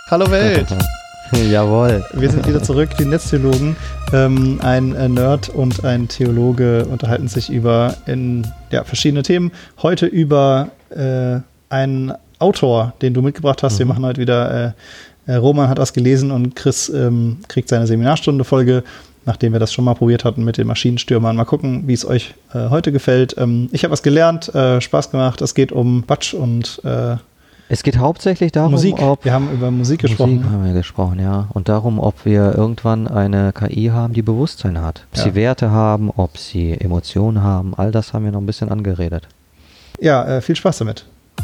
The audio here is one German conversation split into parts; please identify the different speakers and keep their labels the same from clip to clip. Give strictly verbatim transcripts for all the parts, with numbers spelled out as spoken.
Speaker 1: Hallo Welt!
Speaker 2: Jawohl.
Speaker 1: Wir sind wieder zurück, die Netztheologen. Ähm, ein äh, Nerd und ein Theologe unterhalten sich über in, ja, verschiedene Themen. Heute über äh, einen Autor, den du mitgebracht hast. Mhm. Wir machen heute wieder, äh, Roman hat was gelesen und Chris ähm, kriegt seine Seminarstunde-Folge, nachdem wir das schon mal probiert hatten mit den Maschinenstürmern. Mal gucken, wie es euch äh, heute gefällt. Ähm, ich habe was gelernt, äh, Spaß gemacht. Es geht um Quatsch und äh,
Speaker 2: Es geht hauptsächlich darum,
Speaker 1: Musik.
Speaker 2: ob...
Speaker 1: Wir haben über Musik gesprochen.
Speaker 2: Musik haben wir gesprochen, ja. Und darum, ob wir irgendwann eine K I haben, die Bewusstsein hat. Ob ja. sie Werte haben, ob sie Emotionen haben. All das haben wir noch ein bisschen angeredet.
Speaker 1: Ja, äh, viel Spaß damit.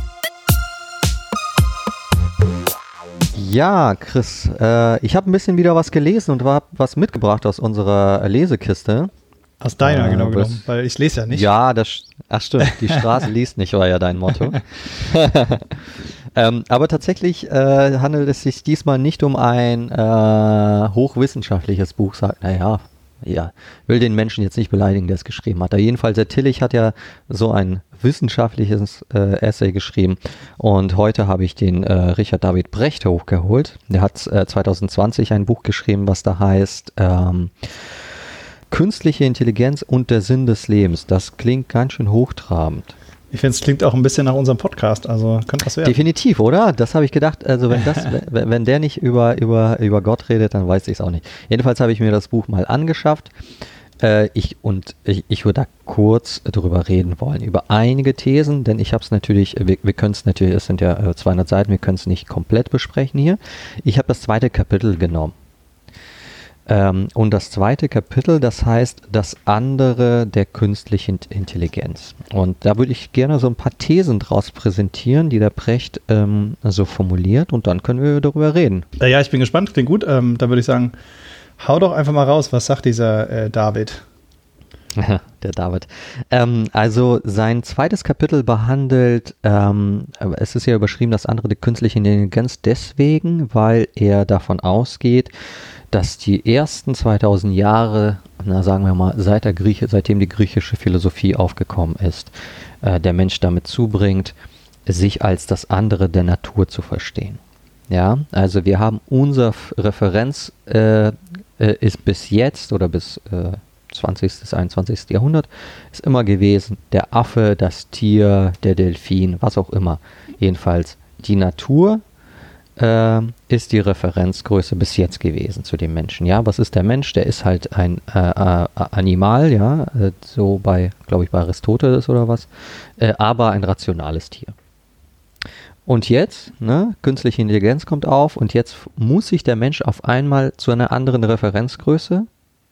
Speaker 2: Ja, Chris, äh, ich habe ein bisschen wieder was gelesen und habe was mitgebracht aus unserer Lesekiste.
Speaker 1: Aus deiner,
Speaker 2: äh,
Speaker 1: genau genommen, weil ich lese ja nicht.
Speaker 2: Ja, das, ach stimmt, die Straße liest nicht, war ja dein Motto. ähm, aber tatsächlich äh, handelt es sich diesmal nicht um ein äh, hochwissenschaftliches Buch, sagt, naja, ja, will den Menschen jetzt nicht beleidigen, der es geschrieben hat. Aber jedenfalls, der Tillich hat ja so ein wissenschaftliches äh, Essay geschrieben und heute habe ich den äh, Richard David Brecht hochgeholt. Der hat äh, zwanzig zwanzig ein Buch geschrieben, was da heißt ähm, Künstliche Intelligenz und der Sinn des Lebens. Das klingt ganz schön hochtrabend.
Speaker 1: Ich finde, es klingt auch ein bisschen nach unserem Podcast, also könnte das werden.
Speaker 2: Definitiv, oder? Das habe ich gedacht, also wenn das, wenn, wenn der nicht über, über, über Gott redet, dann weiß ich es auch nicht. Jedenfalls habe ich mir das Buch mal angeschafft. Äh, ich, und ich, ich würde da kurz drüber reden wollen, über einige Thesen, denn ich habe es natürlich, wir, wir können es natürlich, es sind ja zweihundert Seiten, wir können es nicht komplett besprechen hier. Ich habe das zweite Kapitel genommen. Ähm, und das zweite Kapitel, das heißt das andere der künstlichen Intelligenz. Und da würde ich gerne so ein paar Thesen draus präsentieren, die der Brecht ähm, so formuliert, und dann können wir darüber reden.
Speaker 1: Ja, ich bin gespannt, klingt gut. Ähm, da würde ich sagen, hau doch einfach mal raus, was sagt dieser äh, David?
Speaker 2: Der David. Ähm, also sein zweites Kapitel behandelt, ähm, es ist ja überschrieben, das andere der künstlichen Intelligenz deswegen, weil er davon ausgeht, dass die ersten zweitausend Jahre, na sagen wir mal, seit der Grieche, seitdem die griechische Philosophie aufgekommen ist, äh, der Mensch damit zubringt, sich als das andere der Natur zu verstehen. Ja, also wir haben unser Referenz äh, äh, ist bis jetzt oder bis äh, zwanzigsten, einundzwanzigsten Jahrhundert ist immer gewesen der Affe, das Tier, der Delfin, was auch immer. Jedenfalls die Natur äh, ist die Referenzgröße bis jetzt gewesen zu dem Menschen. Ja, was ist der Mensch? Der ist halt ein äh, äh, Animal, ja, äh, so bei, glaube ich, bei Aristoteles oder was, äh, aber ein rationales Tier. Und jetzt, ne, künstliche Intelligenz kommt auf und jetzt muss sich der Mensch auf einmal zu einer anderen Referenzgröße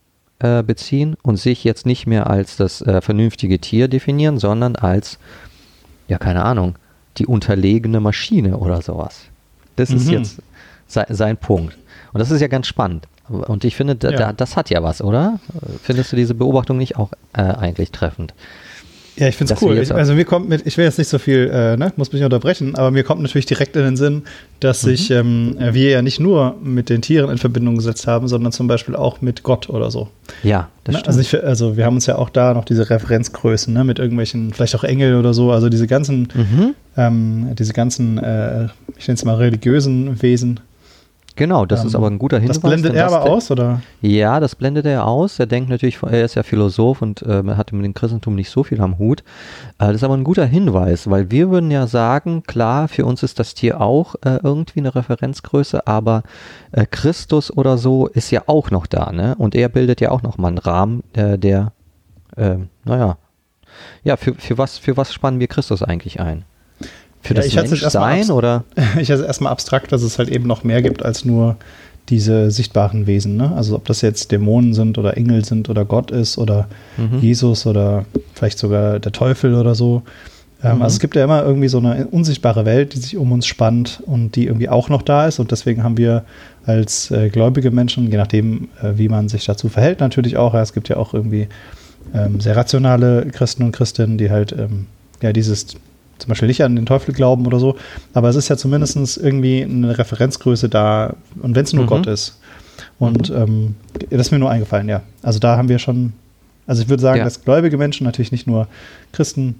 Speaker 2: äh, beziehen und sich jetzt nicht mehr als das äh, vernünftige Tier definieren, sondern als, ja, keine Ahnung, die unterlegene Maschine oder sowas. Das mhm. ist jetzt se- sein Punkt. Und das ist ja ganz spannend. Und ich finde, da, ja. da, das hat ja was, oder? Findest du diese Beobachtung nicht auch äh, eigentlich treffend?
Speaker 1: Ja, ich finde es cool. Ich, also mir kommt mit, ich will jetzt nicht so viel, äh, ne, muss mich unterbrechen, aber mir kommt natürlich direkt in den Sinn, dass mhm. sich ähm, wir ja nicht nur mit den Tieren in Verbindung gesetzt haben, sondern zum Beispiel auch mit Gott oder so.
Speaker 2: Ja, das
Speaker 1: ne?
Speaker 2: stimmt.
Speaker 1: Also, ich, also wir haben uns ja auch da noch diese Referenzgrößen, ne, mit irgendwelchen, vielleicht auch Engel oder so, also diese ganzen, mhm. ähm, diese ganzen, äh, ich nenne es mal religiösen Wesen.
Speaker 2: Genau, das ähm, ist aber ein guter Hinweis.
Speaker 1: Das blendet er aber aus, oder?
Speaker 2: Ja, das blendet er aus. Er denkt natürlich, er ist ja Philosoph und äh, hat mit dem Christentum nicht so viel am Hut. Äh, das ist aber ein guter Hinweis, weil wir würden ja sagen, klar, für uns ist das Tier auch äh, irgendwie eine Referenzgröße, aber äh, Christus oder so ist ja auch noch da, ne? Und er bildet ja auch noch mal einen Rahmen, äh, der, äh, naja, ja, für, für was, für was spannen wir Christus eigentlich ein? Für
Speaker 1: ja,
Speaker 2: das Menschsein, oder?
Speaker 1: Ich hatte es erstmal abstrakt, dass es halt eben noch mehr gibt als nur diese sichtbaren Wesen. Ne? Also ob das jetzt Dämonen sind oder Engel sind oder Gott ist oder mhm. Jesus oder vielleicht sogar der Teufel oder so. Ähm, mhm. Also es gibt ja immer irgendwie so eine unsichtbare Welt, die sich um uns spannt und die irgendwie auch noch da ist. Und deswegen haben wir als äh, gläubige Menschen, je nachdem, äh, wie man sich dazu verhält, natürlich auch, ja, es gibt ja auch irgendwie ähm, sehr rationale Christen und Christinnen, die halt ähm, ja dieses zum Beispiel nicht an den Teufel glauben oder so, aber es ist ja zumindest irgendwie eine Referenzgröße da, und wenn es nur mhm. Gott ist. Und mhm. ähm, das ist mir nur eingefallen, ja. Also da haben wir schon, also ich würde sagen, ja. dass gläubige Menschen, natürlich nicht nur Christen,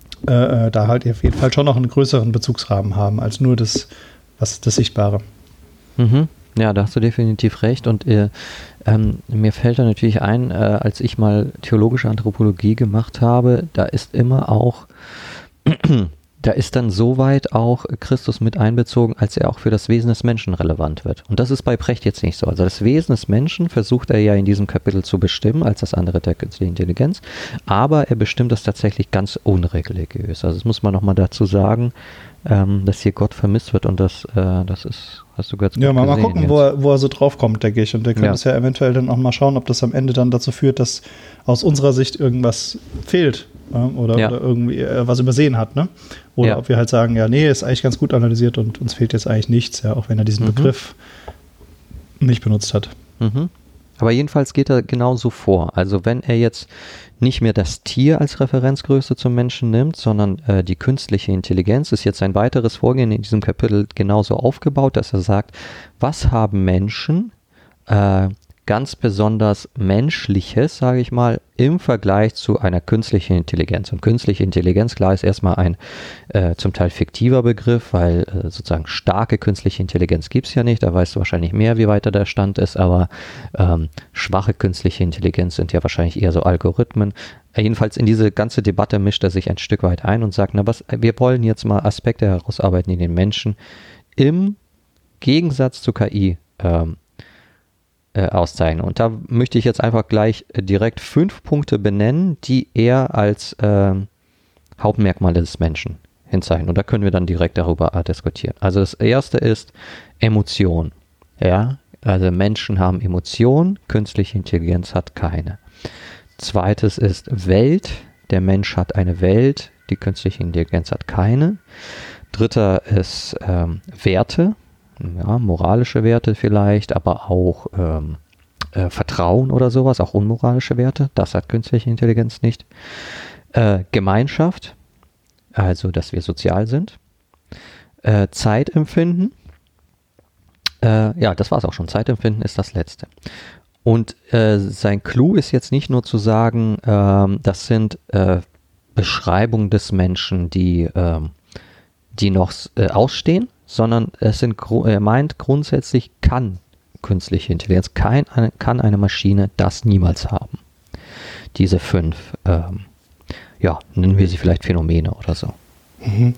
Speaker 1: äh, da halt auf jeden Fall schon noch einen größeren Bezugsrahmen haben, als nur das, was das Sichtbare.
Speaker 2: Mhm. Ja, da hast du definitiv recht und äh, ähm, mir fällt da natürlich ein, äh, als ich mal theologische Anthropologie gemacht habe, da ist immer auch, da ist dann soweit auch Christus mit einbezogen, als er auch für das Wesen des Menschen relevant wird. Und das ist bei Precht jetzt nicht so. Also das Wesen des Menschen versucht er ja in diesem Kapitel zu bestimmen, als das andere der künstlichen Intelligenz, aber er bestimmt das tatsächlich ganz unreligiös. Also das muss man nochmal dazu sagen, ähm, dass hier Gott vermisst wird und das, äh, das ist, hast du ganz gut
Speaker 1: Ja, mal, mal
Speaker 2: gesehen
Speaker 1: gucken,
Speaker 2: jetzt.
Speaker 1: wo er, wo er so drauf kommt, denke ich. Und der könnte
Speaker 2: Ja.
Speaker 1: es ja eventuell dann auch mal schauen, ob das am Ende dann dazu führt, dass aus unserer Sicht irgendwas fehlt. Ja, oder,
Speaker 2: Ja.
Speaker 1: oder irgendwie äh, was übersehen hat, ne? Oder
Speaker 2: Ja.
Speaker 1: ob wir halt sagen, ja, nee, ist eigentlich ganz gut analysiert und uns fehlt jetzt eigentlich nichts, ja, auch wenn er diesen
Speaker 2: Mhm.
Speaker 1: Begriff nicht benutzt hat.
Speaker 2: Mhm. Aber jedenfalls geht er genauso vor. Also wenn er jetzt nicht mehr das Tier als Referenzgröße zum Menschen nimmt, sondern äh, die künstliche Intelligenz, ist jetzt ein weiteres Vorgehen in diesem Kapitel genauso aufgebaut, dass er sagt, was haben Menschen äh, ganz besonders Menschliches, sage ich mal, im Vergleich zu einer künstlichen Intelligenz. Und künstliche Intelligenz, klar, ist erstmal ein äh, zum Teil fiktiver Begriff, weil äh, sozusagen starke künstliche Intelligenz gibt es ja nicht. Da weißt du wahrscheinlich mehr, wie weiter der Stand ist, aber ähm, schwache künstliche Intelligenz sind ja wahrscheinlich eher so Algorithmen. Äh, jedenfalls in diese ganze Debatte mischt er sich ein Stück weit ein und sagt, na was, wir wollen jetzt mal Aspekte herausarbeiten, die den Menschen im Gegensatz zu K I ähm, Äh, auszeichnen. Und da möchte ich jetzt einfach gleich äh, direkt fünf Punkte benennen, die er als äh, Hauptmerkmale des Menschen hinzeichnet. Und da können wir dann direkt darüber äh, diskutieren. Also das erste ist Emotion. Ja, also Menschen haben Emotionen, künstliche Intelligenz hat keine. Zweites ist Welt. Der Mensch hat eine Welt, die künstliche Intelligenz hat keine. Dritter ist ähm, Werte. Ja, moralische Werte vielleicht, aber auch ähm, äh, Vertrauen oder sowas, auch unmoralische Werte, das hat künstliche Intelligenz nicht. Äh, Gemeinschaft, also dass wir sozial sind. Äh, Zeitempfinden, äh, ja, das war es auch schon, Zeitempfinden ist das letzte. Und äh, sein Clou ist jetzt nicht nur zu sagen, ähm, das sind äh, Beschreibungen des Menschen, die, ähm, die noch äh, ausstehen, sondern es sind, er meint grundsätzlich, kann künstliche Intelligenz, kein, kann eine Maschine das niemals haben. Diese fünf, ähm, ja, nennen wir sie vielleicht Phänomene oder so.
Speaker 1: Mhm.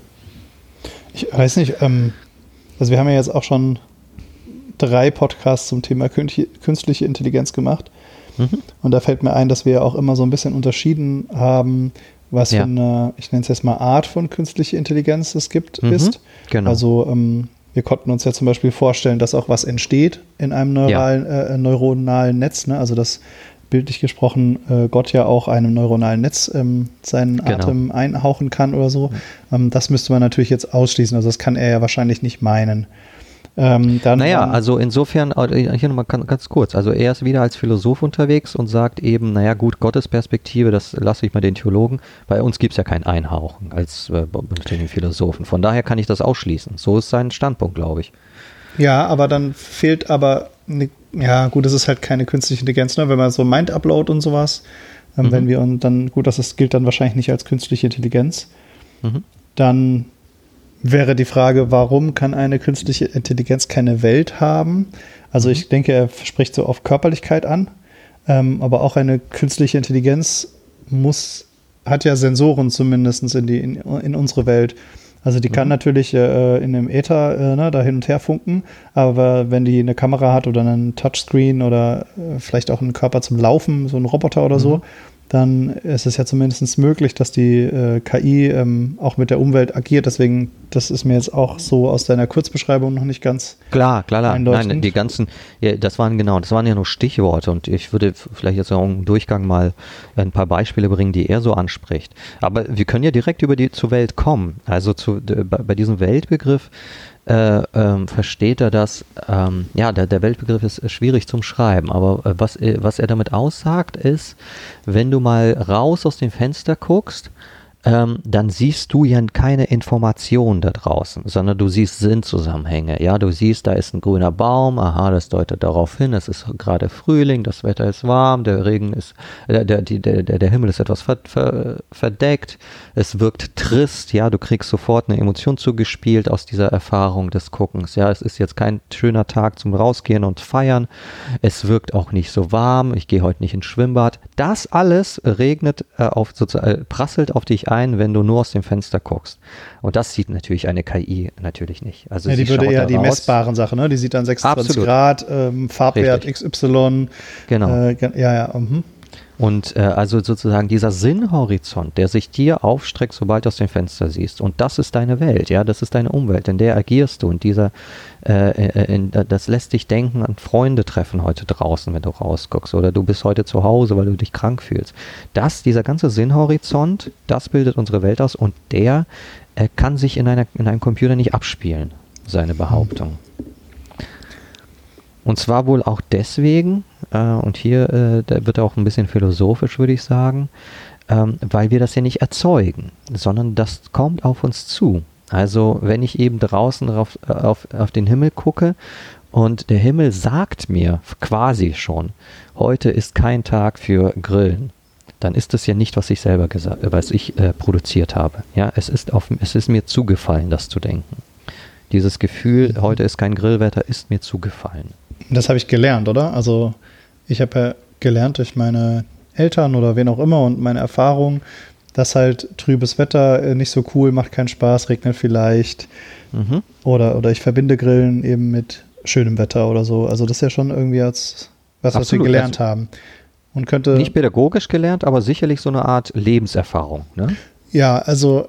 Speaker 1: Ich weiß nicht, ähm, also wir haben ja jetzt auch schon drei Podcasts zum Thema künstliche Intelligenz gemacht. Mhm. Und da fällt mir ein, dass wir auch immer so ein bisschen unterschieden haben, was ja. für eine, ich nenne es jetzt mal Art von künstlicher Intelligenz es gibt, mhm, ist.
Speaker 2: Genau.
Speaker 1: Also ähm, wir konnten uns ja zum Beispiel vorstellen, dass auch was entsteht in einem neuralen, ja. äh, neuronalen Netz. Ne? Also dass bildlich gesprochen äh, Gott ja auch einem neuronalen Netz ähm, seinen genau. Atem einhauchen kann oder so. Mhm. Ähm, das müsste man natürlich jetzt ausschließen. Also das kann er ja wahrscheinlich nicht meinen. Ähm, dann
Speaker 2: naja,
Speaker 1: dann,
Speaker 2: also insofern, hier nochmal ganz kurz, also er ist wieder als Philosoph unterwegs und sagt eben, naja gut, Gottes Perspektive, das lasse ich mal den Theologen, bei uns gibt es ja kein Einhauchen als äh, den Philosophen, von daher kann ich das ausschließen, so ist sein Standpunkt, glaube ich.
Speaker 1: Ja, aber dann fehlt aber, ne, ja gut, das ist halt keine künstliche Intelligenz, ne? Wenn man so Mind-Upload und sowas, ähm, mhm. wenn wir und dann, gut, das ist, gilt dann wahrscheinlich nicht als künstliche Intelligenz, mhm. dann wäre die Frage, warum kann eine künstliche Intelligenz keine Welt haben? Also ich denke, er spricht so auf Körperlichkeit an, ähm, aber auch eine künstliche Intelligenz muss, hat ja Sensoren zumindest in, die, in, in unsere Welt. Also die kann mhm. natürlich äh, in einem Äther äh, ne, da hin und her funken, aber wenn die eine Kamera hat oder einen Touchscreen oder äh, vielleicht auch einen Körper zum Laufen, so einen Roboter oder mhm. so, dann ist es ja zumindest möglich, dass die äh, K I ähm, auch mit der Umwelt agiert. Deswegen, das ist mir jetzt auch so aus deiner Kurzbeschreibung noch nicht ganz
Speaker 2: klar, klar, klar.
Speaker 1: einleuchtend.
Speaker 2: Nein, die ganzen, ja, das waren genau, das waren ja nur Stichworte und ich würde vielleicht jetzt auch im Durchgang mal ein paar Beispiele bringen, die er so anspricht. Aber wir können ja direkt über die zur Welt kommen. Also zu, bei, bei diesem Weltbegriff Äh, ähm, versteht er das, ähm, ja, der, der Weltbegriff ist äh, schwierig zum Schreiben, aber äh, was, äh, was er damit aussagt ist, wenn du mal raus aus dem Fenster guckst, ähm, dann siehst du ja keine Information da draußen, sondern du siehst Sinnzusammenhänge. Ja, du siehst, da ist ein grüner Baum, aha, das deutet darauf hin, es ist gerade Frühling, das Wetter ist warm, der Regen ist, äh, der, der, der, der Himmel ist etwas ver, ver, verdeckt, es wirkt trist, ja, du kriegst sofort eine Emotion zugespielt aus dieser Erfahrung des Guckens. Ja, es ist jetzt kein schöner Tag zum Rausgehen und feiern, es wirkt auch nicht so warm, ich gehe heute nicht ins Schwimmbad. Das alles regnet äh, auf, sozusagen, prasselt auf dich ein, wenn du nur aus dem Fenster guckst. Und das sieht natürlich eine K I natürlich nicht. Also
Speaker 1: ja, die
Speaker 2: sie
Speaker 1: würde eher die
Speaker 2: raus.
Speaker 1: messbaren Sachen, ne? Die sieht dann sechsundzwanzig
Speaker 2: Absolut.
Speaker 1: Grad, ähm, Farbwert
Speaker 2: Richtig.
Speaker 1: X Y.
Speaker 2: Genau.
Speaker 1: Äh, ja, ja. Mhm.
Speaker 2: Und äh, also sozusagen dieser Sinnhorizont, der sich dir aufstreckt, sobald du aus dem Fenster siehst. Und das ist deine Welt, ja, das ist deine Umwelt, in der agierst du. Und dieser, äh, in, das lässt dich denken an Freunde treffen heute draußen, wenn du rausguckst. Oder du bist heute zu Hause, weil du dich krank fühlst. Das, dieser ganze Sinnhorizont, das bildet unsere Welt aus. Und der äh, kann sich in, einer, in einem Computer nicht abspielen, seine Behauptung. Und zwar wohl auch deswegen, äh, und hier äh, da wird auch ein bisschen philosophisch, würde ich sagen, ähm, weil wir das ja nicht erzeugen, sondern das kommt auf uns zu. Also wenn ich eben draußen auf, auf, auf den Himmel gucke und der Himmel sagt mir quasi schon, heute ist kein Tag für Grillen, dann ist das ja nicht, was ich selber gesagt, was ich äh, produziert habe. Ja, es ist auf, es ist mir zugefallen, das zu denken. Dieses Gefühl, heute ist kein Grillwetter, ist mir zugefallen.
Speaker 1: Das habe ich gelernt, oder? Also ich habe ja gelernt durch meine Eltern oder wen auch immer und meine Erfahrung, dass halt trübes Wetter nicht so cool, macht keinen Spaß, regnet vielleicht. Mhm. Oder, oder ich verbinde Grillen eben mit schönem Wetter oder so. Also das ist ja schon irgendwie als was, was wir gelernt also, haben. Und könnte
Speaker 2: nicht pädagogisch gelernt, aber sicherlich so eine Art Lebenserfahrung, ne?
Speaker 1: Ja, also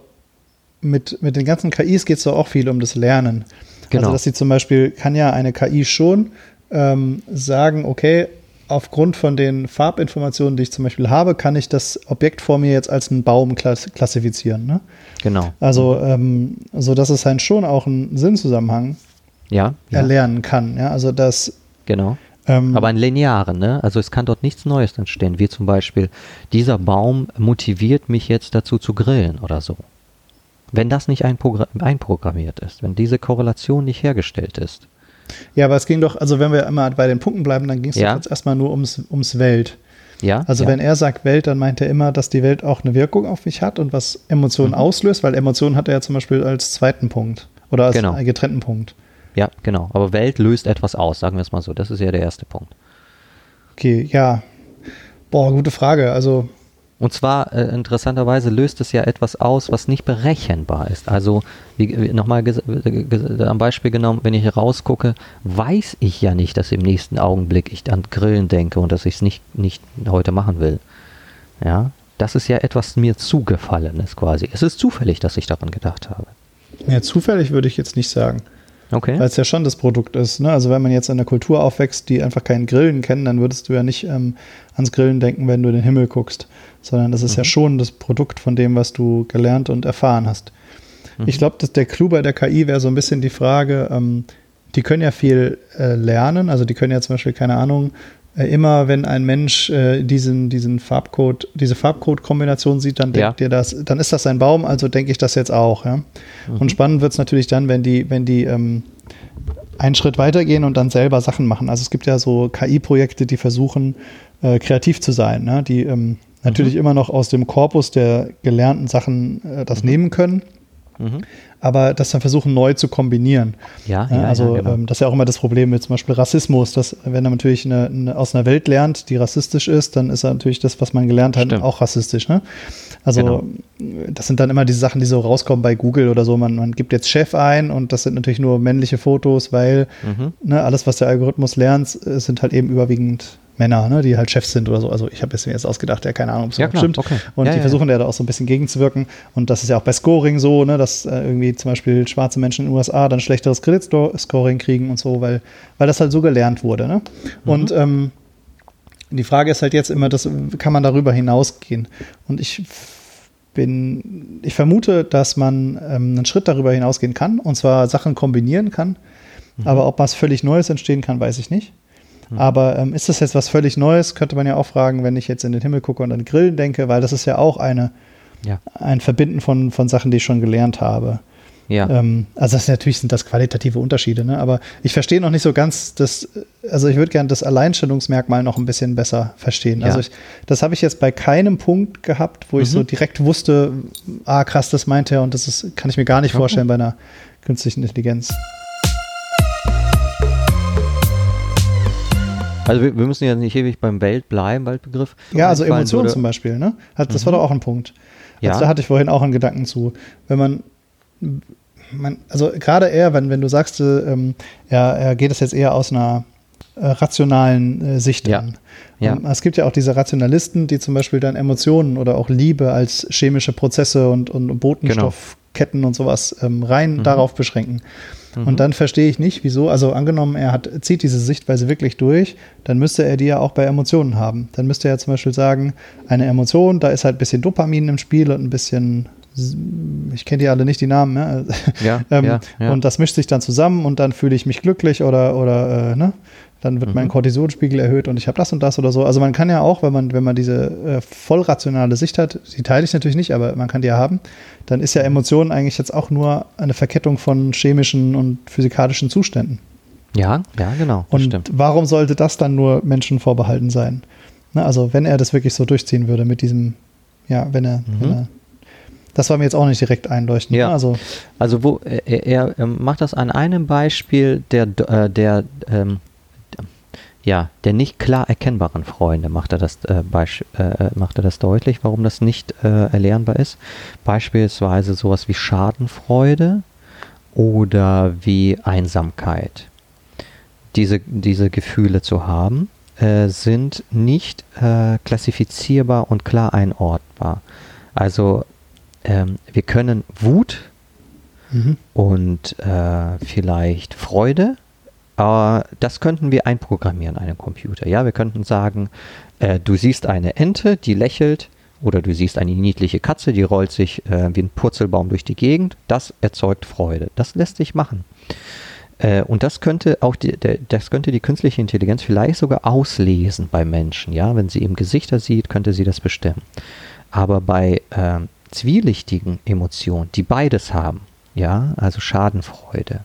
Speaker 1: mit, mit den ganzen K Is geht es doch auch viel um das Lernen. Genau. Also dass sie zum Beispiel, kann ja eine K I schon ähm, sagen, okay, aufgrund von den Farbinformationen, die ich zum Beispiel habe, kann ich das Objekt vor mir jetzt als einen Baum klass- klassifizieren. Ne?
Speaker 2: Genau.
Speaker 1: Also, ähm, so dass es halt schon auch einen Sinnzusammenhang
Speaker 2: ja, ja.
Speaker 1: erlernen kann. Ja? Also das
Speaker 2: genau.
Speaker 1: Ähm,
Speaker 2: Aber einen linearen, ne? Also es kann dort nichts Neues entstehen, wie zum Beispiel, dieser Baum motiviert mich jetzt dazu zu grillen oder so. Wenn das nicht einpogr- einprogrammiert ist, wenn diese Korrelation nicht hergestellt ist.
Speaker 1: Ja, aber es ging doch, also wenn wir immer bei den Punkten bleiben, dann ging es
Speaker 2: ja.
Speaker 1: jetzt erstmal nur ums, ums Welt.
Speaker 2: Ja.
Speaker 1: Also
Speaker 2: ja.
Speaker 1: wenn er sagt Welt, dann meint er immer, dass die Welt auch eine Wirkung auf mich hat und was Emotionen mhm. auslöst, weil Emotionen hat er ja zum Beispiel als zweiten Punkt oder als
Speaker 2: genau.
Speaker 1: getrennten Punkt.
Speaker 2: Ja, genau. Aber Welt löst etwas aus, sagen wir es mal so. Das ist ja der erste Punkt.
Speaker 1: Okay, ja. Boah, gute Frage. Also
Speaker 2: Und zwar, äh, interessanterweise löst es ja etwas aus, was nicht berechenbar ist. Also, wie, wie, nochmal ges- ges- am Beispiel genommen, wenn ich rausgucke, weiß ich ja nicht, dass im nächsten Augenblick ich an Grillen denke und dass ich es nicht, nicht heute machen will. Ja, das ist ja etwas mir Zugefallenes quasi. Es ist zufällig, dass ich daran gedacht habe.
Speaker 1: Ja, zufällig würde ich jetzt nicht sagen.
Speaker 2: Okay.
Speaker 1: Weil es ja schon das Produkt ist. Ne? Also wenn man jetzt in einer Kultur aufwächst, die einfach keinen Grillen kennen, dann würdest du ja nicht ähm, ans Grillen denken, wenn du in den Himmel guckst. Sondern das ist mhm. ja schon das Produkt von dem, was du gelernt und erfahren hast. Mhm. Ich glaube, dass der Clou bei der K I wäre so ein bisschen die Frage, ähm, die können ja viel äh, lernen. Also die können ja zum Beispiel, keine Ahnung, äh, immer wenn ein Mensch äh, diesen, diesen Farbcode, diese Farbcode-Kombination sieht, dann denkt
Speaker 2: ja.
Speaker 1: ihr das, dann ist das ein Baum, also denke ich das jetzt auch. Ja? Mhm. Und spannend wird es natürlich dann, wenn die, wenn die ähm, einen Schritt weitergehen und dann selber Sachen machen. Also es gibt ja so K I-Projekte, die versuchen, äh, kreativ zu sein, ne? Die ähm, natürlich mhm. immer noch aus dem Korpus der gelernten Sachen äh, das mhm. nehmen können, mhm. aber das dann versuchen neu zu kombinieren.
Speaker 2: Ja,
Speaker 1: ja,
Speaker 2: ja,
Speaker 1: also
Speaker 2: ja, genau.
Speaker 1: ähm, das ist ja auch immer das Problem mit zum Beispiel Rassismus, dass wenn er natürlich eine, eine, aus einer Welt lernt, die rassistisch ist, dann ist er natürlich das, was man gelernt hat,
Speaker 2: Stimmt.
Speaker 1: auch rassistisch. Ne? Also genau. Das sind dann immer diese Sachen, die so rauskommen bei Google oder so. Man, man gibt jetzt Chef ein und das sind natürlich nur männliche Fotos, weil mhm. ne, alles, was der Algorithmus lernt, sind halt eben überwiegend Männer, ne, die halt Chefs sind oder so. Also ich habe es mir jetzt ausgedacht, ja, keine Ahnung, ob es
Speaker 2: ja,
Speaker 1: so stimmt.
Speaker 2: Okay.
Speaker 1: Und
Speaker 2: ja,
Speaker 1: die
Speaker 2: ja,
Speaker 1: versuchen
Speaker 2: ja.
Speaker 1: ja da auch so ein bisschen gegenzuwirken. Und das ist ja auch bei Scoring so, ne, dass äh, irgendwie zum Beispiel schwarze Menschen in den U S A dann schlechteres Kreditscoring kriegen und so, weil, weil das halt so gelernt wurde. Ne? Mhm. Und ähm, die Frage ist halt jetzt immer, das, kann man darüber hinausgehen? Und ich bin, ich vermute, dass man ähm, einen Schritt darüber hinausgehen kann und zwar Sachen kombinieren kann. Mhm. Aber ob was völlig Neues entstehen kann, weiß ich nicht. Mhm. Aber ähm, ist das jetzt was völlig Neues, könnte man ja auch fragen, wenn ich jetzt in den Himmel gucke und an Grillen denke, weil das ist ja auch eine,
Speaker 2: ja.
Speaker 1: ein Verbinden von, von Sachen, die ich schon gelernt habe.
Speaker 2: Ja.
Speaker 1: Ähm, also das, natürlich sind das qualitative Unterschiede, ne? Aber ich verstehe noch nicht so ganz das, also ich würde gerne das Alleinstellungsmerkmal noch ein bisschen besser verstehen.
Speaker 2: Ja.
Speaker 1: Also ich, das habe ich jetzt bei keinem Punkt gehabt, wo ich mhm. so direkt wusste, ah krass, das meint er und das ist, kann ich mir gar nicht vorstellen bei einer künstlichen Intelligenz.
Speaker 2: Also wir, wir müssen ja nicht ewig beim Welt bleiben, Weltbegriff.
Speaker 1: Ja, also Emotionen zum Beispiel, ne? Das mhm. war doch auch ein Punkt. Also ja. Da hatte ich vorhin auch einen Gedanken zu. Wenn man Man, also gerade er, wenn, wenn du sagst, ähm, er, er geht es jetzt eher aus einer äh, rationalen äh, Sicht
Speaker 2: ja.
Speaker 1: an.
Speaker 2: Ja.
Speaker 1: Um, es gibt ja auch diese Rationalisten, die zum Beispiel dann Emotionen oder auch Liebe als chemische Prozesse und, und Botenstoffketten genau. und sowas ähm, rein mhm. darauf beschränken. Mhm. Und dann verstehe ich nicht, wieso, also angenommen, er hat, zieht diese Sichtweise wirklich durch, dann müsste er die ja auch bei Emotionen haben. Dann müsste er zum Beispiel sagen, eine Emotion, da ist halt ein bisschen Dopamin im Spiel und ein bisschen ich kenne die alle nicht, die Namen, ne?
Speaker 2: Ja,
Speaker 1: ähm,
Speaker 2: ja, ja.
Speaker 1: Und das mischt sich dann zusammen und dann fühle ich mich glücklich oder, oder äh, ne? Dann wird mhm. mein Cortisolspiegel erhöht und ich habe das und das oder so. Also man kann ja auch, wenn man, wenn man diese äh, voll rationale Sicht hat, die teile ich natürlich nicht, aber man kann die ja haben, dann ist ja Emotion eigentlich jetzt auch nur eine Verkettung von chemischen und physikalischen Zuständen.
Speaker 2: Ja, ja, genau.
Speaker 1: Und
Speaker 2: stimmt.
Speaker 1: Warum sollte das dann nur Menschen vorbehalten sein? Ne? Also wenn er das wirklich so durchziehen würde mit diesem, ja, wenn er, mhm. wenn er das war mir jetzt auch nicht direkt einleuchtend.
Speaker 2: Ja.
Speaker 1: Ne? Also,
Speaker 2: also wo er, er, er macht das an einem Beispiel der, äh, der, ähm, ja, der nicht klar erkennbaren Freunde macht er das, äh, Beisch, äh, macht er das deutlich, warum das nicht äh, erlernbar ist. Beispielsweise sowas wie Schadenfreude oder wie Einsamkeit. Diese, diese Gefühle zu haben, äh, sind nicht äh, klassifizierbar und klar einordnbar. Also Ähm, wir können Wut mhm. und äh, vielleicht Freude, äh, das könnten wir einprogrammieren, einem Computer. Ja, wir könnten sagen, äh, du siehst eine Ente, die lächelt, oder du siehst eine niedliche Katze, die rollt sich äh, wie ein Purzelbaum durch die Gegend. Das erzeugt Freude. Das lässt sich machen. Äh, und das könnte auch die, der, das könnte die künstliche Intelligenz vielleicht sogar auslesen bei Menschen. Ja, wenn sie eben Gesichter sieht, könnte sie das bestimmen. Aber bei äh, zwielichtigen Emotionen, die beides haben, ja, also Schadenfreude,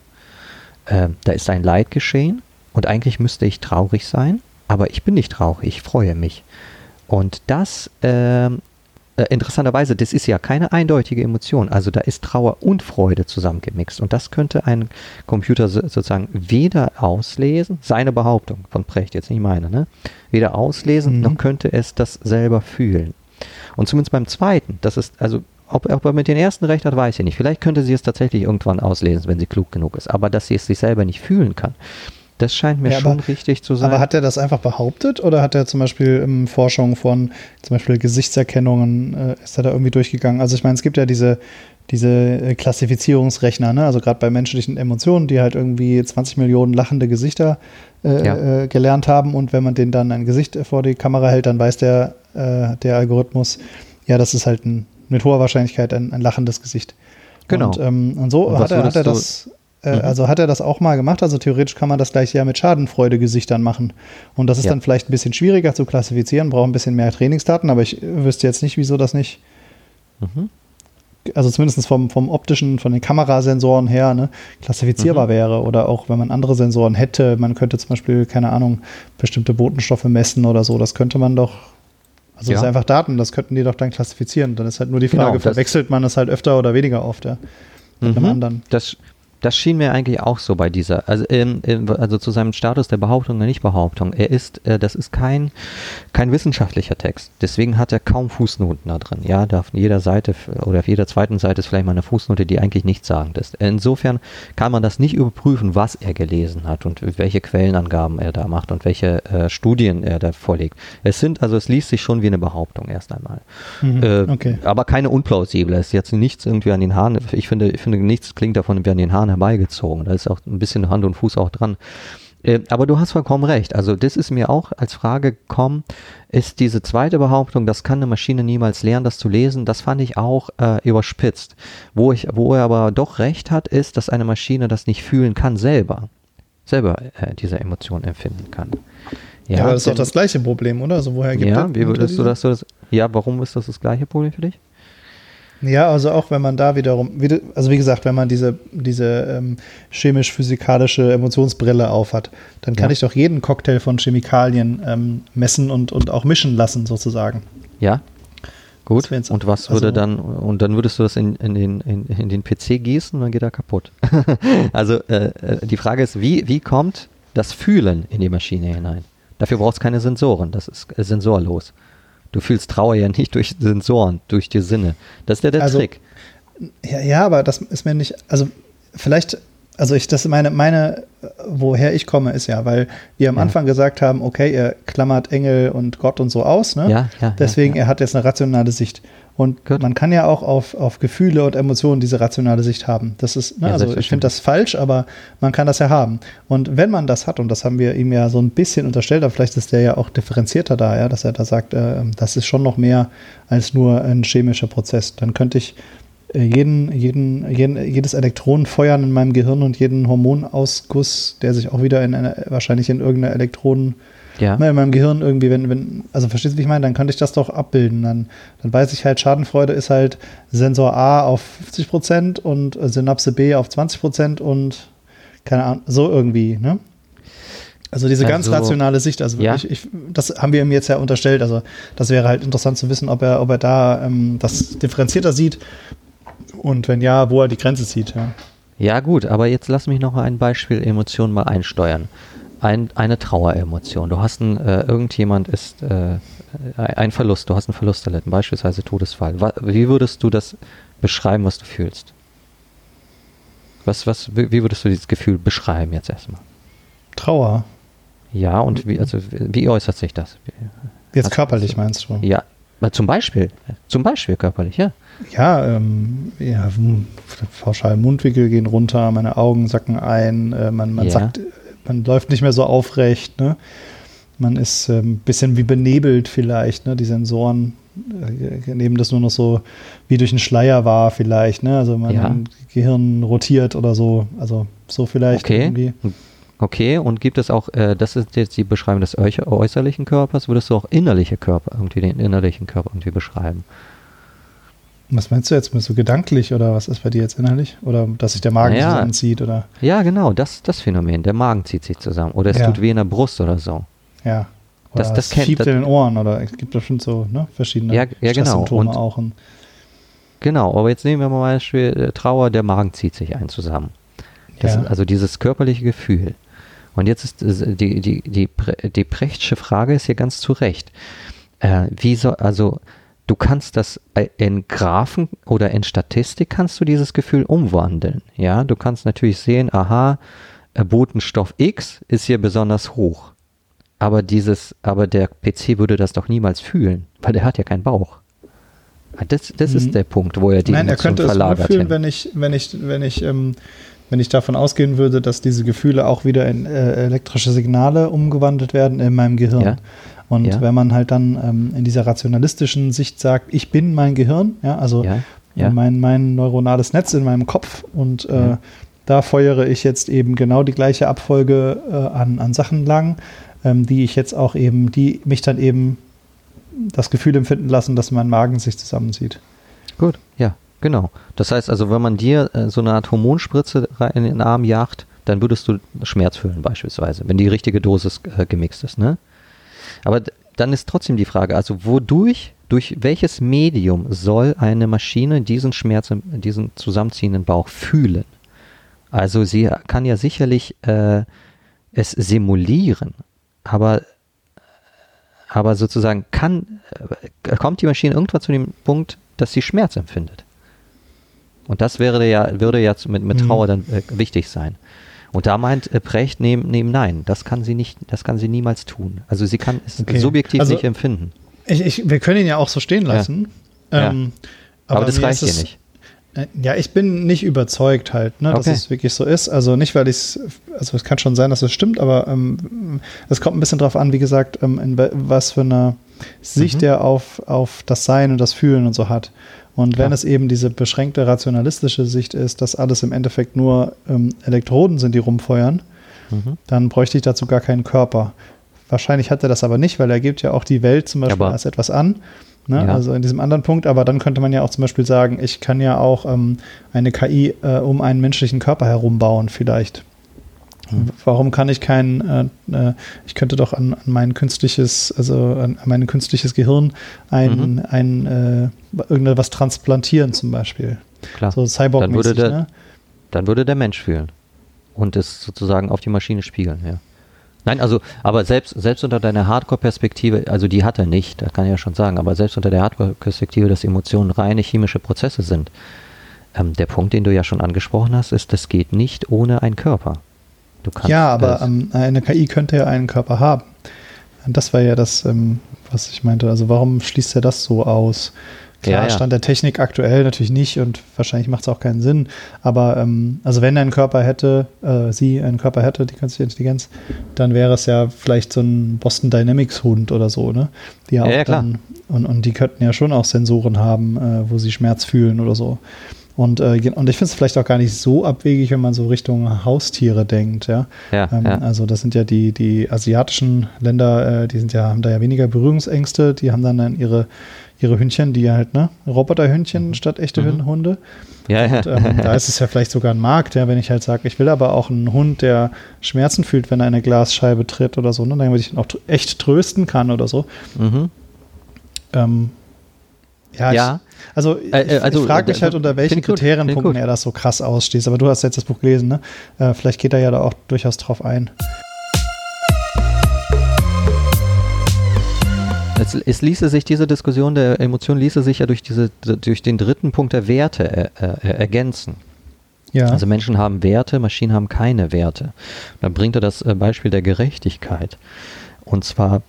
Speaker 2: äh, da ist ein Leid geschehen und eigentlich müsste ich traurig sein, aber ich bin nicht traurig, ich freue mich. Und das, äh, äh, interessanterweise, das ist ja keine eindeutige Emotion, also da ist Trauer und Freude zusammengemixt und das könnte ein Computer so, sozusagen weder auslesen, seine Behauptung von Precht, jetzt nicht meine, ne, weder auslesen, mhm. noch könnte es das selber fühlen. Und zumindest beim zweiten, das ist, also, ob, ob er mit den ersten recht hat, weiß ich nicht. Vielleicht könnte sie es tatsächlich irgendwann auslesen, wenn sie klug genug ist. Aber dass sie es sich selber nicht fühlen kann, das scheint mir ja, schon aber, richtig zu sein.
Speaker 1: Aber hat er das einfach behauptet oder hat er zum Beispiel in Forschung von zum Beispiel Gesichtserkennungen, äh, ist er da irgendwie durchgegangen? Also ich meine, es gibt ja diese, diese Klassifizierungsrechner, ne? Also gerade bei menschlichen Emotionen, die halt irgendwie zwanzig Millionen lachende Gesichter äh, ja. äh, gelernt haben und wenn man denen dann ein Gesicht vor die Kamera hält, dann weiß der, äh, der Algorithmus, ja, das ist halt ein, mit hoher Wahrscheinlichkeit ein, ein lachendes Gesicht.
Speaker 2: Genau.
Speaker 1: Und, ähm, und so und hat, er, hat er das äh, mhm. also hat er das auch mal gemacht, also theoretisch kann man das gleich ja mit Schadenfreude-Gesichtern machen und das ist ja. dann vielleicht ein bisschen schwieriger zu klassifizieren, braucht ein bisschen mehr Trainingsdaten, aber ich wüsste jetzt nicht, wieso das nicht mhm. also zumindest vom, vom optischen, von den Kamerasensoren her, ne, klassifizierbar mhm. wäre. Oder auch, wenn man andere Sensoren hätte, man könnte zum Beispiel, keine Ahnung, bestimmte Botenstoffe messen oder so, das könnte man doch, also ja. das ist einfach Daten, das könnten die doch dann klassifizieren. Dann ist halt nur die Frage, genau, verwechselt man es halt öfter oder weniger oft, ja, mit
Speaker 2: mhm.
Speaker 1: einem anderen.
Speaker 2: Das Das schien mir eigentlich auch so bei dieser, also, ähm, also zu seinem Status der Behauptung oder Nicht-Behauptung. Er ist, äh, das ist kein, kein wissenschaftlicher Text. Deswegen hat er kaum Fußnoten da drin. Ja, da auf jeder Seite oder auf jeder zweiten Seite ist vielleicht mal eine Fußnote, die eigentlich nichtssagend ist. Insofern kann man das nicht überprüfen, was er gelesen hat und welche Quellenangaben er da macht und welche äh, Studien er da vorlegt. Es sind, also es liest sich schon wie eine Behauptung erst einmal.
Speaker 1: Mhm,
Speaker 2: äh,
Speaker 1: okay.
Speaker 2: Aber keine unplausible. Es ist jetzt nichts irgendwie an den Haaren. Ich finde, ich finde nichts klingt davon wie an den Haaren herbeigezogen. Da ist auch ein bisschen Hand und Fuß auch dran. Äh, aber du hast vollkommen recht. Also das ist mir auch als Frage gekommen, ist diese zweite Behauptung, das kann eine Maschine niemals lernen, das zu lesen, das fand ich auch äh, überspitzt. Wo, ich, wo er aber doch recht hat, ist, dass eine Maschine das nicht fühlen kann selber. Selber äh, diese Emotion empfinden kann.
Speaker 1: Ja, ja, aber das ist doch das gleiche Problem, oder? Also woher gibt
Speaker 2: ja,
Speaker 1: das?
Speaker 2: Wie würdest du das, so das? Ja, warum ist das das gleiche Problem für dich?
Speaker 1: Ja, also auch wenn man da wiederum, also wie gesagt, wenn man diese, diese ähm, chemisch-physikalische Emotionsbrille aufhat, dann kann ja. ich doch jeden Cocktail von Chemikalien ähm, messen und, und auch mischen lassen, sozusagen.
Speaker 2: Ja, gut. Und was würde also, dann, und dann würdest du das in, in, den, in, in den P C gießen und dann geht er kaputt. Also äh, die Frage ist, wie, wie kommt das Fühlen in die Maschine hinein? Dafür brauchst du keine Sensoren, das ist äh, sensorlos. Du fühlst Trauer ja nicht durch Sensoren, durch die Sinne. Das ist ja der
Speaker 1: also,
Speaker 2: Trick.
Speaker 1: Ja, ja, aber das ist mir nicht, also vielleicht, also ich, das meine, meine, woher ich komme, ist ja, weil wir am ja. Anfang gesagt haben, okay, er klammert Engel und Gott und so aus, ne?
Speaker 2: Ja, ja,
Speaker 1: Deswegen,
Speaker 2: ja, ja.
Speaker 1: er hat jetzt eine rationale Sicht. Und Good. Man kann ja auch auf, auf Gefühle und Emotionen diese rationale Sicht haben. Das ist, ne, ja, also ich finde das falsch, aber man kann das ja haben. Und wenn man das hat, und das haben wir ihm ja so ein bisschen unterstellt, aber vielleicht ist der ja auch differenzierter da, ja, dass er da sagt, äh, das ist schon noch mehr als nur ein chemischer Prozess. Dann könnte ich äh, jeden, jeden, jeden, jedes Elektron feuern in meinem Gehirn und jeden Hormonausguss, der sich auch wieder in eine, wahrscheinlich in irgendeine Elektronen Ja. in meinem Gehirn irgendwie, wenn, wenn, also verstehst du, wie ich meine, dann könnte ich das doch abbilden. Dann, dann weiß ich halt, Schadenfreude ist halt Sensor A auf fünfzig Prozent und Synapse B auf zwanzig Prozent und keine Ahnung, so irgendwie, ne? Also diese also, ganz rationale Sicht, also ja. ich, ich, das haben wir ihm jetzt ja unterstellt, also das wäre halt interessant zu wissen, ob er, ob er da ähm, das differenzierter sieht und wenn ja, wo er die Grenze zieht, ja.
Speaker 2: Ja gut, aber jetzt lass mich noch ein Beispiel Emotionen mal einsteuern. Ein, eine Traueremotion. Du hast ein, äh, irgendjemand ist äh, ein Verlust, du hast einen Verlust erlitten, beispielsweise Todesfall. Wie würdest du das beschreiben, was du fühlst? Was, was, wie würdest du dieses Gefühl beschreiben jetzt erstmal?
Speaker 1: Trauer.
Speaker 2: Ja, und wie, also, wie äußert sich das?
Speaker 1: Jetzt was, körperlich meinst du?
Speaker 2: Ja, zum Beispiel. Zum Beispiel körperlich, ja.
Speaker 1: Ja, ähm, ja, pauschal Mundwinkel gehen runter, meine Augen sacken ein, äh, man, man
Speaker 2: ja.
Speaker 1: sagt, man läuft nicht mehr so aufrecht, ne? Man ist ein ähm, bisschen wie benebelt vielleicht, ne? Die Sensoren äh, nehmen das nur noch so wie durch einen Schleier wahr vielleicht, ne? Also mein ja. Gehirn rotiert oder so, also so vielleicht
Speaker 2: okay.
Speaker 1: irgendwie.
Speaker 2: Okay, und gibt es auch, äh, das ist jetzt die Beschreibung des äußerlichen Körpers, würdest du auch innerliche Körper, irgendwie den innerlichen Körper irgendwie beschreiben?
Speaker 1: Was meinst du jetzt? Bist du gedanklich oder was ist bei dir jetzt innerlich? Oder dass sich der Magen
Speaker 2: naja.
Speaker 1: zusammenzieht? Oder?
Speaker 2: Ja, genau, das, das Phänomen. Der Magen zieht sich zusammen. Oder es
Speaker 1: ja.
Speaker 2: tut weh in der Brust oder so.
Speaker 1: Ja. Oder
Speaker 2: das, das
Speaker 1: es
Speaker 2: kennt,
Speaker 1: schiebt
Speaker 2: das,
Speaker 1: in den Ohren oder es gibt bestimmt so ne, verschiedene
Speaker 2: ja, ja,
Speaker 1: Stresssymptome
Speaker 2: genau.
Speaker 1: auch. Und
Speaker 2: genau, aber jetzt nehmen wir mal Beispiel äh, Trauer, der Magen zieht sich ein zusammen. Das
Speaker 1: ja.
Speaker 2: ist also dieses körperliche Gefühl. Und jetzt ist äh, die, die, die, die Prechtsche Frage ist hier ganz zu Recht. Äh, wie soll, also du kannst das in Graphen oder in Statistik kannst du dieses Gefühl umwandeln. Ja, du kannst natürlich sehen, aha, Botenstoff X ist hier besonders hoch. Aber dieses, aber der P C würde das doch niemals fühlen, weil der hat ja keinen Bauch. Das, das mhm. ist der Punkt, wo er die
Speaker 1: Nein,
Speaker 2: Emotion
Speaker 1: er könnte
Speaker 2: verlagert.
Speaker 1: Es nur fühlen, wenn ich, wenn ich, wenn ich, ähm, wenn ich davon ausgehen würde, dass diese Gefühle auch wieder in äh, elektrische Signale umgewandelt werden in meinem Gehirn.
Speaker 2: Ja.
Speaker 1: Und
Speaker 2: ja.
Speaker 1: wenn man halt dann ähm, in dieser rationalistischen Sicht sagt, ich bin mein Gehirn, ja, also
Speaker 2: ja. Ja.
Speaker 1: Mein, mein neuronales Netz in meinem Kopf und äh, ja. da feuere ich jetzt eben genau die gleiche Abfolge äh, an, an Sachen lang, ähm, die ich jetzt auch eben, die mich dann eben das Gefühl empfinden lassen, dass mein Magen sich zusammenzieht.
Speaker 2: Gut, ja, genau. Das heißt also, wenn man dir äh, so eine Art Hormonspritze in den Arm jagt, dann würdest du Schmerz fühlen beispielsweise, wenn die richtige Dosis äh, gemixt ist, ne? Aber d- dann ist trotzdem die Frage, also wodurch, durch welches Medium soll eine Maschine diesen Schmerz, diesen zusammenziehenden Bauch fühlen? Also sie kann ja sicherlich äh, es simulieren, aber, aber sozusagen kann, äh, kommt die Maschine irgendwann zu dem Punkt, dass sie Schmerz empfindet. Und das wäre ja, würde ja mit, mit Trauer dann äh, wichtig sein. Und da meint äh, Precht neben, neben nein, das kann sie nicht, das kann sie niemals tun. Also sie kann es okay. subjektiv also, nicht empfinden.
Speaker 1: Ich, ich, wir können ihn ja auch so stehen lassen.
Speaker 2: Ja.
Speaker 1: Ähm,
Speaker 2: ja. Aber, aber das reicht hier nicht.
Speaker 1: Äh, ja, ich bin nicht überzeugt halt, ne, dass
Speaker 2: okay.
Speaker 1: es wirklich so ist. Also nicht, weil ich es, also es kann schon sein, dass es stimmt, aber ähm, es kommt ein bisschen drauf an, wie gesagt, ähm, in was für eine Sicht mhm. er auf, auf das Sein und das Fühlen und so hat. Und wenn ja. es eben diese beschränkte rationalistische Sicht ist, dass alles im Endeffekt nur ähm, Elektroden sind, die rumfeuern, mhm. dann bräuchte ich dazu gar keinen Körper. Wahrscheinlich hat er das aber nicht, weil er gibt ja auch die Welt zum Beispiel
Speaker 2: aber
Speaker 1: als etwas an. Ne?
Speaker 2: Ja.
Speaker 1: Also in diesem anderen Punkt, aber dann könnte man ja auch zum Beispiel sagen, ich kann ja auch ähm, eine K I äh, um einen menschlichen Körper herum bauen vielleicht. Hm. Warum kann ich kein, äh, äh, ich könnte doch an, an mein künstliches, also an, an mein künstliches Gehirn ein, mhm. ein äh, irgendetwas transplantieren zum Beispiel.
Speaker 2: Klar.
Speaker 1: So Cyborg-mäßig, ne?
Speaker 2: Dann würde der Mensch fühlen und es sozusagen auf die Maschine spiegeln, ja. Nein, also, aber selbst, selbst unter deiner Hardcore-Perspektive, also die hat er nicht, das kann ich ja schon sagen, aber selbst unter der Hardcore-Perspektive, dass Emotionen reine chemische Prozesse sind, ähm, der Punkt, den du ja schon angesprochen hast, ist, das geht nicht ohne einen Körper. Du kannst
Speaker 1: ja, aber ähm, eine K I könnte ja einen Körper haben. Das war ja das, ähm, was ich meinte. Also warum schließt er das so aus? Klar,
Speaker 2: ja, ja.
Speaker 1: Stand der Technik aktuell natürlich nicht und wahrscheinlich macht es auch keinen Sinn. Aber ähm, also wenn er einen Körper hätte, äh, sie einen Körper hätte, die künstliche Intelligenz, dann wäre es ja vielleicht so ein Boston Dynamics Hund oder so, ne? Die ja,
Speaker 2: ja,
Speaker 1: auch
Speaker 2: ja klar.
Speaker 1: Dann, und, und die könnten ja schon auch Sensoren haben, äh, wo sie Schmerz fühlen oder so. Und, äh, und ich finde es vielleicht auch gar nicht so abwegig, wenn man so Richtung Haustiere denkt, ja.
Speaker 2: ja,
Speaker 1: ähm,
Speaker 2: ja.
Speaker 1: Also das sind ja die, die asiatischen Länder, äh, die sind ja, haben da ja weniger Berührungsängste, die haben dann, dann ihre, ihre Hündchen, die halt, ne, Roboterhündchen mhm. statt echte mhm. Hunde.
Speaker 2: Ja, ja.
Speaker 1: Und, ähm, da ist es ja vielleicht sogar ein Markt, ja, wenn ich halt sage, ich will aber auch einen Hund, der Schmerzen fühlt, wenn er eine Glasscheibe tritt oder so, ne, damit ich ihn auch tr- echt trösten kann oder so.
Speaker 2: Mhm.
Speaker 1: Ähm, ja,
Speaker 2: ja.
Speaker 1: Ich, also ich,
Speaker 2: äh, also,
Speaker 1: ich frage mich halt, unter welchen Kriterienpunkten er das so krass ausstehst. Aber du hast jetzt das Buch gelesen, ne? Äh, vielleicht geht er ja da auch durchaus drauf ein.
Speaker 2: Es, es ließe sich, diese Diskussion der Emotionen ließe sich ja durch, diese, durch den dritten Punkt der Werte er, er, ergänzen.
Speaker 1: Ja.
Speaker 2: Also Menschen haben Werte, Maschinen haben keine Werte. Da bringt er das Beispiel der Gerechtigkeit. Und zwar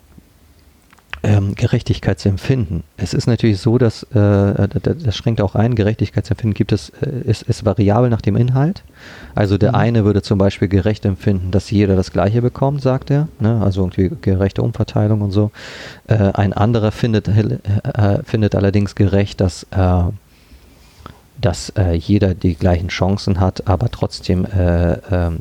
Speaker 2: Ähm, Gerechtigkeitsempfinden. Es ist natürlich so, dass, äh, das, das schränkt auch ein, Gerechtigkeitsempfinden gibt es, äh, ist, ist variabel nach dem Inhalt. Also der mhm. eine würde zum Beispiel gerecht empfinden, dass jeder das Gleiche bekommt, sagt er, ne? Also irgendwie gerechte Umverteilung und so. Äh, ein anderer findet, äh, findet allerdings gerecht, dass, äh, dass äh, jeder die gleichen Chancen hat, aber trotzdem äh, ähm,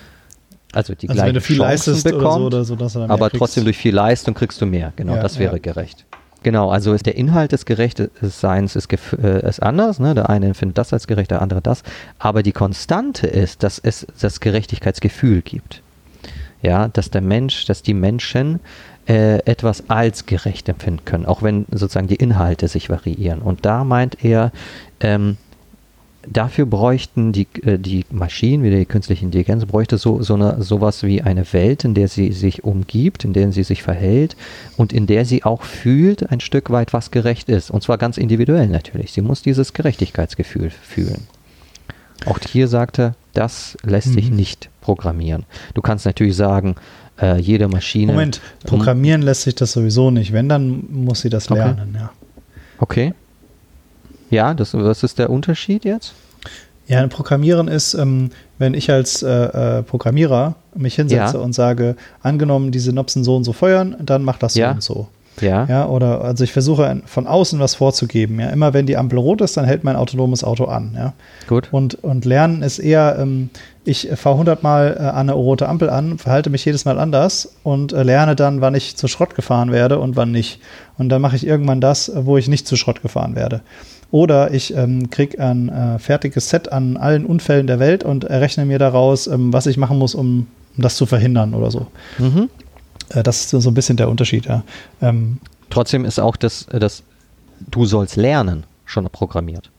Speaker 2: also die
Speaker 1: also
Speaker 2: gleichen
Speaker 1: wenn du viel
Speaker 2: Chancen
Speaker 1: leistest
Speaker 2: bekommt,
Speaker 1: oder so, oder so, dass er dann mehr
Speaker 2: aber
Speaker 1: kriegst.
Speaker 2: trotzdem durch viel Leistung kriegst du mehr. Genau,
Speaker 1: ja,
Speaker 2: das wäre
Speaker 1: ja.
Speaker 2: gerecht. Genau, also ist der Inhalt des Gerechtseins ist, gef- äh, ist anders. Ne? Der eine empfindet das als gerecht, der andere das. Aber die Konstante ist, dass es das Gerechtigkeitsgefühl gibt. Ja, dass der Mensch, dass die Menschen äh, etwas als gerecht empfinden können, auch wenn sozusagen die Inhalte sich variieren. Und da meint er, ähm, dafür bräuchten die, äh, die Maschinen, wie die künstliche Intelligenz, bräuchte so, so eine, sowas wie eine Welt, in der sie sich umgibt, in der sie sich verhält und in der sie auch fühlt ein Stück weit, was gerecht ist. Und zwar ganz individuell natürlich. Sie muss dieses Gerechtigkeitsgefühl fühlen. Auch hier sagt er, das lässt mhm. sich nicht programmieren. Du kannst natürlich sagen, äh, jede Maschine...
Speaker 1: Moment, programmieren lässt sich das sowieso nicht. Wenn, dann muss sie das
Speaker 2: okay.
Speaker 1: lernen, ja.
Speaker 2: Okay. Ja, das, was ist der Unterschied jetzt?
Speaker 1: Ja, ein Programmieren ist, ähm, wenn ich als äh, äh, Programmierer mich hinsetze
Speaker 2: ja.
Speaker 1: und sage, angenommen, die Synapsen so und so feuern, dann macht das so
Speaker 2: ja.
Speaker 1: und so.
Speaker 2: Ja.
Speaker 1: Ja, oder also ich versuche von außen was vorzugeben. Ja, immer wenn die Ampel rot ist, dann hält mein autonomes Auto an. Ja.
Speaker 2: Gut.
Speaker 1: Und, und Lernen ist eher, ähm, ich fahre hundertmal äh, an eine rote Ampel an, verhalte mich jedes Mal anders und äh, lerne dann, wann ich zu Schrott gefahren werde und wann nicht. Und dann mache ich irgendwann das, wo ich nicht zu Schrott gefahren werde. Oder ich ähm, kriege ein äh, fertiges Set an allen Unfällen der Welt und errechne mir daraus, ähm, was ich machen muss, um, um das zu verhindern oder so.
Speaker 2: Mhm.
Speaker 1: Äh, das ist so ein bisschen der Unterschied, ja. Ähm,
Speaker 2: Trotzdem ist auch das, das du sollst lernen schon programmiert.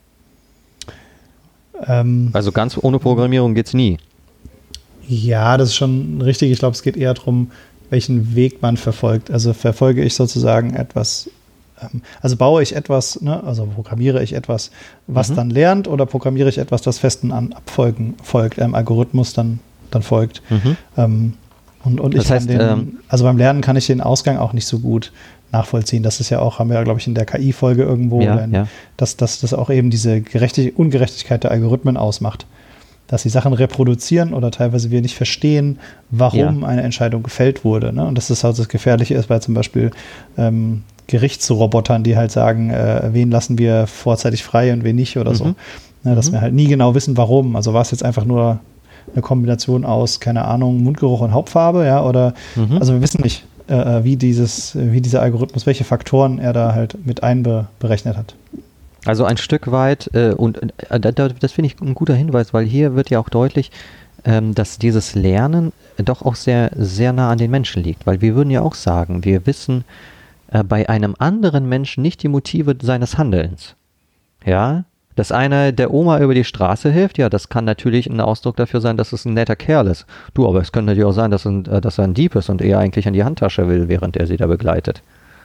Speaker 1: ähm,
Speaker 2: Also ganz ohne Programmierung geht's nie.
Speaker 1: Ja, das ist schon richtig. Ich glaube, es geht eher darum, welchen Weg man verfolgt. Also verfolge ich sozusagen etwas, ähm, also baue ich etwas, ne, also programmiere ich etwas, was mhm. dann lernt, oder programmiere ich etwas, das festen an Abfolgen folgt, einem Algorithmus dann, dann folgt. Mhm. Ähm, und, und ich
Speaker 2: das heißt,
Speaker 1: kann den,
Speaker 2: ähm,
Speaker 1: also beim Lernen kann ich den Ausgang auch nicht so gut nachvollziehen. Das ist ja auch, haben wir ja, glaube ich, in der K I-Folge irgendwo,
Speaker 2: ja,
Speaker 1: in,
Speaker 2: ja. dass
Speaker 1: das dass auch eben diese Gerechtig- Ungerechtigkeit der Algorithmen ausmacht. Dass sie Sachen reproduzieren oder teilweise wir nicht verstehen, warum ja. eine Entscheidung gefällt wurde. Ne? Und das ist halt das Gefährliche ist bei zum Beispiel ähm, Gerichtsrobotern, die halt sagen, äh, wen lassen wir vorzeitig frei und wen nicht oder mhm. so. Ne, dass mhm. wir halt nie genau wissen, warum. Also war es jetzt einfach nur eine Kombination aus, keine Ahnung, Mundgeruch und Hauptfarbe, ja, oder, mhm. also wir wissen nicht, äh, wie, dieses, wie dieser Algorithmus, welche Faktoren er da halt mit einberechnet hat.
Speaker 2: Also ein Stück weit, äh, und äh, das finde ich ein guter Hinweis, weil hier wird ja auch deutlich, ähm, dass dieses Lernen doch auch sehr, sehr nah an den Menschen liegt. Weil wir würden ja auch sagen, wir wissen äh, bei einem anderen Menschen nicht die Motive seines Handelns. Ja, dass einer der Oma über die Straße hilft, ja, das kann natürlich ein Ausdruck dafür sein, dass es ein netter Kerl ist. Du, aber es könnte natürlich auch sein, dass, ein, dass er ein Dieb ist und er eigentlich an die Handtasche will, während er sie da begleitet.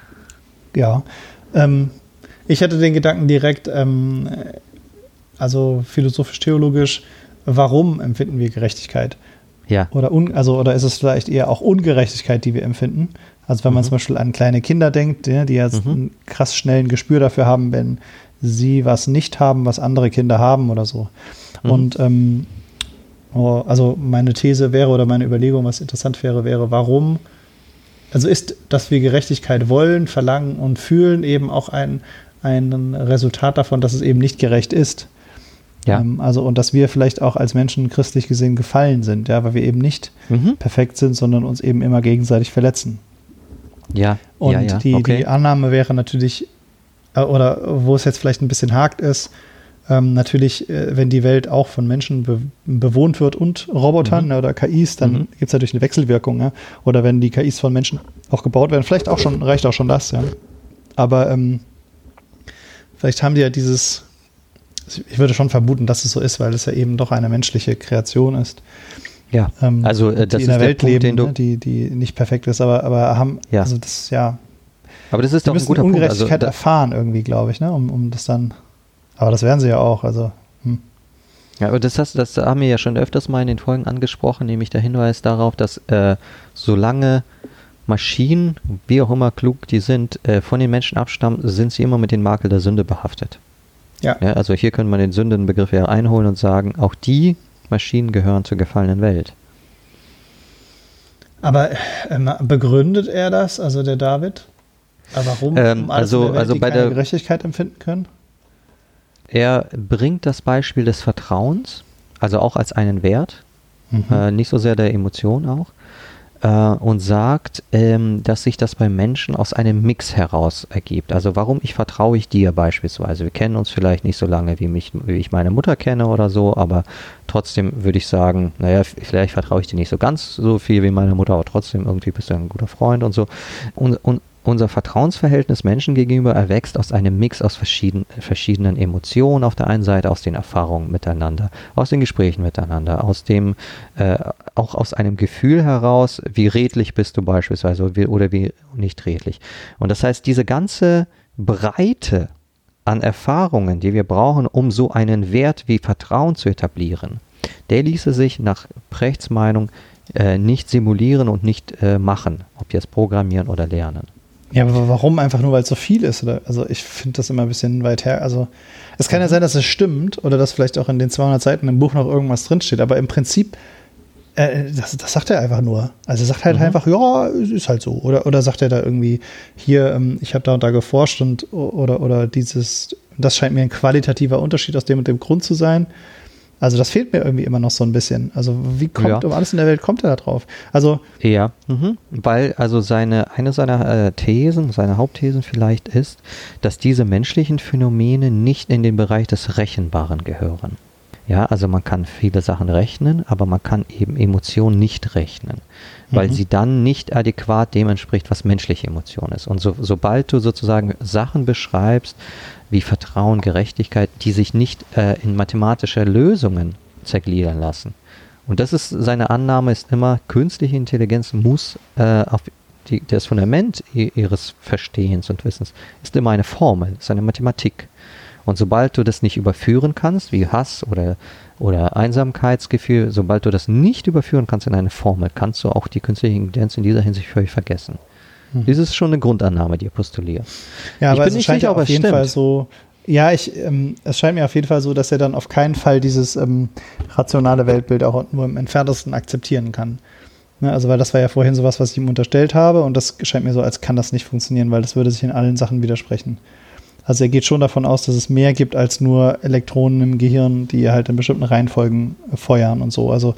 Speaker 1: Ja, ähm, ich hatte den Gedanken direkt, ähm, also philosophisch-theologisch, warum empfinden wir Gerechtigkeit?
Speaker 2: Ja.
Speaker 1: Oder, un, also, oder ist es vielleicht eher auch Ungerechtigkeit, die wir empfinden? Also wenn mhm. man zum Beispiel an kleine Kinder denkt, die, die jetzt mhm. einen krass schnellen Gespür dafür haben, wenn sie was nicht haben, was andere Kinder haben oder so. Mhm. Und ähm, oh, also meine These wäre oder meine Überlegung, was interessant wäre, wäre, warum, also ist, dass wir Gerechtigkeit wollen, verlangen und fühlen, eben auch ein, ein Resultat davon, dass es eben nicht gerecht ist.
Speaker 2: Ja.
Speaker 1: Ähm, also und dass wir vielleicht auch als Menschen christlich gesehen gefallen sind, ja, weil wir eben nicht mhm. perfekt sind, sondern uns eben immer gegenseitig verletzen.
Speaker 2: Ja.
Speaker 1: Und
Speaker 2: ja, ja.
Speaker 1: Die,
Speaker 2: okay.
Speaker 1: die Annahme wäre natürlich, oder wo es jetzt vielleicht ein bisschen hakt ist, ähm, natürlich, äh, wenn die Welt auch von Menschen be- bewohnt wird und Robotern mhm. oder K Is, dann mhm. gibt es natürlich eine Wechselwirkung. Ja? Oder wenn die K Is von Menschen auch gebaut werden, vielleicht auch schon, reicht auch schon das. Ja? Aber ähm, vielleicht haben die ja dieses, ich würde schon vermuten, dass es so ist, weil es ja eben doch eine menschliche Kreation ist.
Speaker 2: Ja,
Speaker 1: ähm,
Speaker 2: also äh, das
Speaker 1: die in
Speaker 2: ist
Speaker 1: der Welt
Speaker 2: der Punkt,
Speaker 1: leben,
Speaker 2: den du
Speaker 1: ne? die, die nicht perfekt ist, aber, aber haben,
Speaker 2: ja.
Speaker 1: also das, ja.
Speaker 2: Aber das ist
Speaker 1: die
Speaker 2: doch
Speaker 1: müssen
Speaker 2: ein guter
Speaker 1: Ungerechtigkeit
Speaker 2: Punkt. Also,
Speaker 1: erfahren irgendwie, glaube ich, ne? um, um das dann, aber das werden sie ja auch, also hm.
Speaker 2: Ja, aber das, hast, das haben wir ja schon öfters mal in den Folgen angesprochen, nämlich der Hinweis darauf, dass äh, solange Maschinen, wie auch immer klug die sind, äh, von den Menschen abstammen, sind sie immer mit dem Makel der Sünde behaftet.
Speaker 1: Ja.
Speaker 2: Ja, also hier können wir den Sündenbegriff ja einholen und sagen, auch die Maschinen gehören zur gefallenen Welt.
Speaker 1: Aber ähm, begründet er das, also der David? Aber warum?
Speaker 2: Ähm,
Speaker 1: um alles
Speaker 2: also,
Speaker 1: in der Welt,
Speaker 2: also
Speaker 1: die
Speaker 2: bei
Speaker 1: keine
Speaker 2: der
Speaker 1: Gerechtigkeit empfinden können?
Speaker 2: Er bringt das Beispiel des Vertrauens, also auch als einen Wert,
Speaker 1: Mhm.
Speaker 2: äh, nicht so sehr der Emotion auch, äh, und sagt, ähm, dass sich das beim Menschen aus einem Mix heraus ergibt. Also warum ich vertraue ich dir beispielsweise? Wir kennen uns vielleicht nicht so lange, wie, mich, wie ich meine Mutter kenne oder so, aber trotzdem würde ich sagen, naja, vielleicht vertraue ich dir nicht so ganz so viel wie meine Mutter, aber trotzdem irgendwie bist du ein guter Freund und so. Und, und unser Vertrauensverhältnis Menschen gegenüber erwächst aus einem Mix aus verschieden, verschiedenen Emotionen auf der einen Seite, aus den Erfahrungen miteinander, aus den Gesprächen miteinander, aus dem, äh, auch aus einem Gefühl heraus, wie redlich bist du beispielsweise oder wie, oder wie nicht redlich. Und das heißt, diese ganze Breite an Erfahrungen, die wir brauchen, um so einen Wert wie Vertrauen zu etablieren, der ließe sich nach Prechts Meinung äh, nicht simulieren und nicht äh, machen, ob jetzt programmieren oder lernen.
Speaker 1: Ja, aber warum? Einfach nur, weil es so viel ist? Oder? Also ich finde das immer ein bisschen weit her. Also es kann ja sein, dass es stimmt oder dass vielleicht auch in den zweihundert Seiten im Buch noch irgendwas drinsteht, aber im Prinzip, äh, das, das sagt er einfach nur. Also er sagt halt mhm. einfach, ja, es ist halt so. Oder, oder sagt er da irgendwie, hier, ähm, ich habe da und da geforscht und oder, oder dieses, das scheint mir ein qualitativer Unterschied aus dem und dem Grund zu sein. Also das fehlt mir irgendwie immer noch so ein bisschen. Also wie kommt
Speaker 2: ja.
Speaker 1: um alles in der Welt kommt er da drauf? Also
Speaker 2: ja, mhm. weil also seine eine seiner äh, Thesen, seine Hauptthesen vielleicht ist, dass diese menschlichen Phänomene nicht in den Bereich des Rechenbaren gehören. Ja, also man kann viele Sachen rechnen, aber man kann eben Emotionen nicht rechnen, weil mhm. sie dann nicht adäquat dem entspricht, was menschliche Emotion ist. Und so, sobald du sozusagen Sachen beschreibst, wie Vertrauen, Gerechtigkeit, die sich nicht äh, in mathematische Lösungen zergliedern lassen. Und das ist, seine Annahme ist immer, künstliche Intelligenz muss äh, auf die, das Fundament ihres Verstehens und Wissens ist immer eine Formel, ist eine Mathematik. Und sobald du das nicht überführen kannst, wie Hass oder, oder Einsamkeitsgefühl, sobald du das nicht überführen kannst in eine Formel, kannst du auch die künstliche Intelligenz in dieser Hinsicht völlig vergessen. Hm. Das ist schon eine Grundannahme, die er postuliert.
Speaker 1: Ja,
Speaker 2: ich
Speaker 1: aber
Speaker 2: bin
Speaker 1: es
Speaker 2: nicht
Speaker 1: scheint
Speaker 2: sicher,
Speaker 1: ja
Speaker 2: ob
Speaker 1: auf
Speaker 2: es
Speaker 1: jeden
Speaker 2: stimmt.
Speaker 1: Fall so, ja, ich, ähm, es scheint mir auf jeden Fall so, dass er dann auf keinen Fall dieses ähm, rationale Weltbild auch nur im Entferntesten akzeptieren kann. Ne, also, weil das war ja vorhin sowas, was ich ihm unterstellt habe und das scheint mir so, als kann das nicht funktionieren, weil das würde sich in allen Sachen widersprechen. Also er geht schon davon aus, dass es mehr gibt als nur Elektronen im Gehirn, die halt in bestimmten Reihenfolgen feuern und so. Also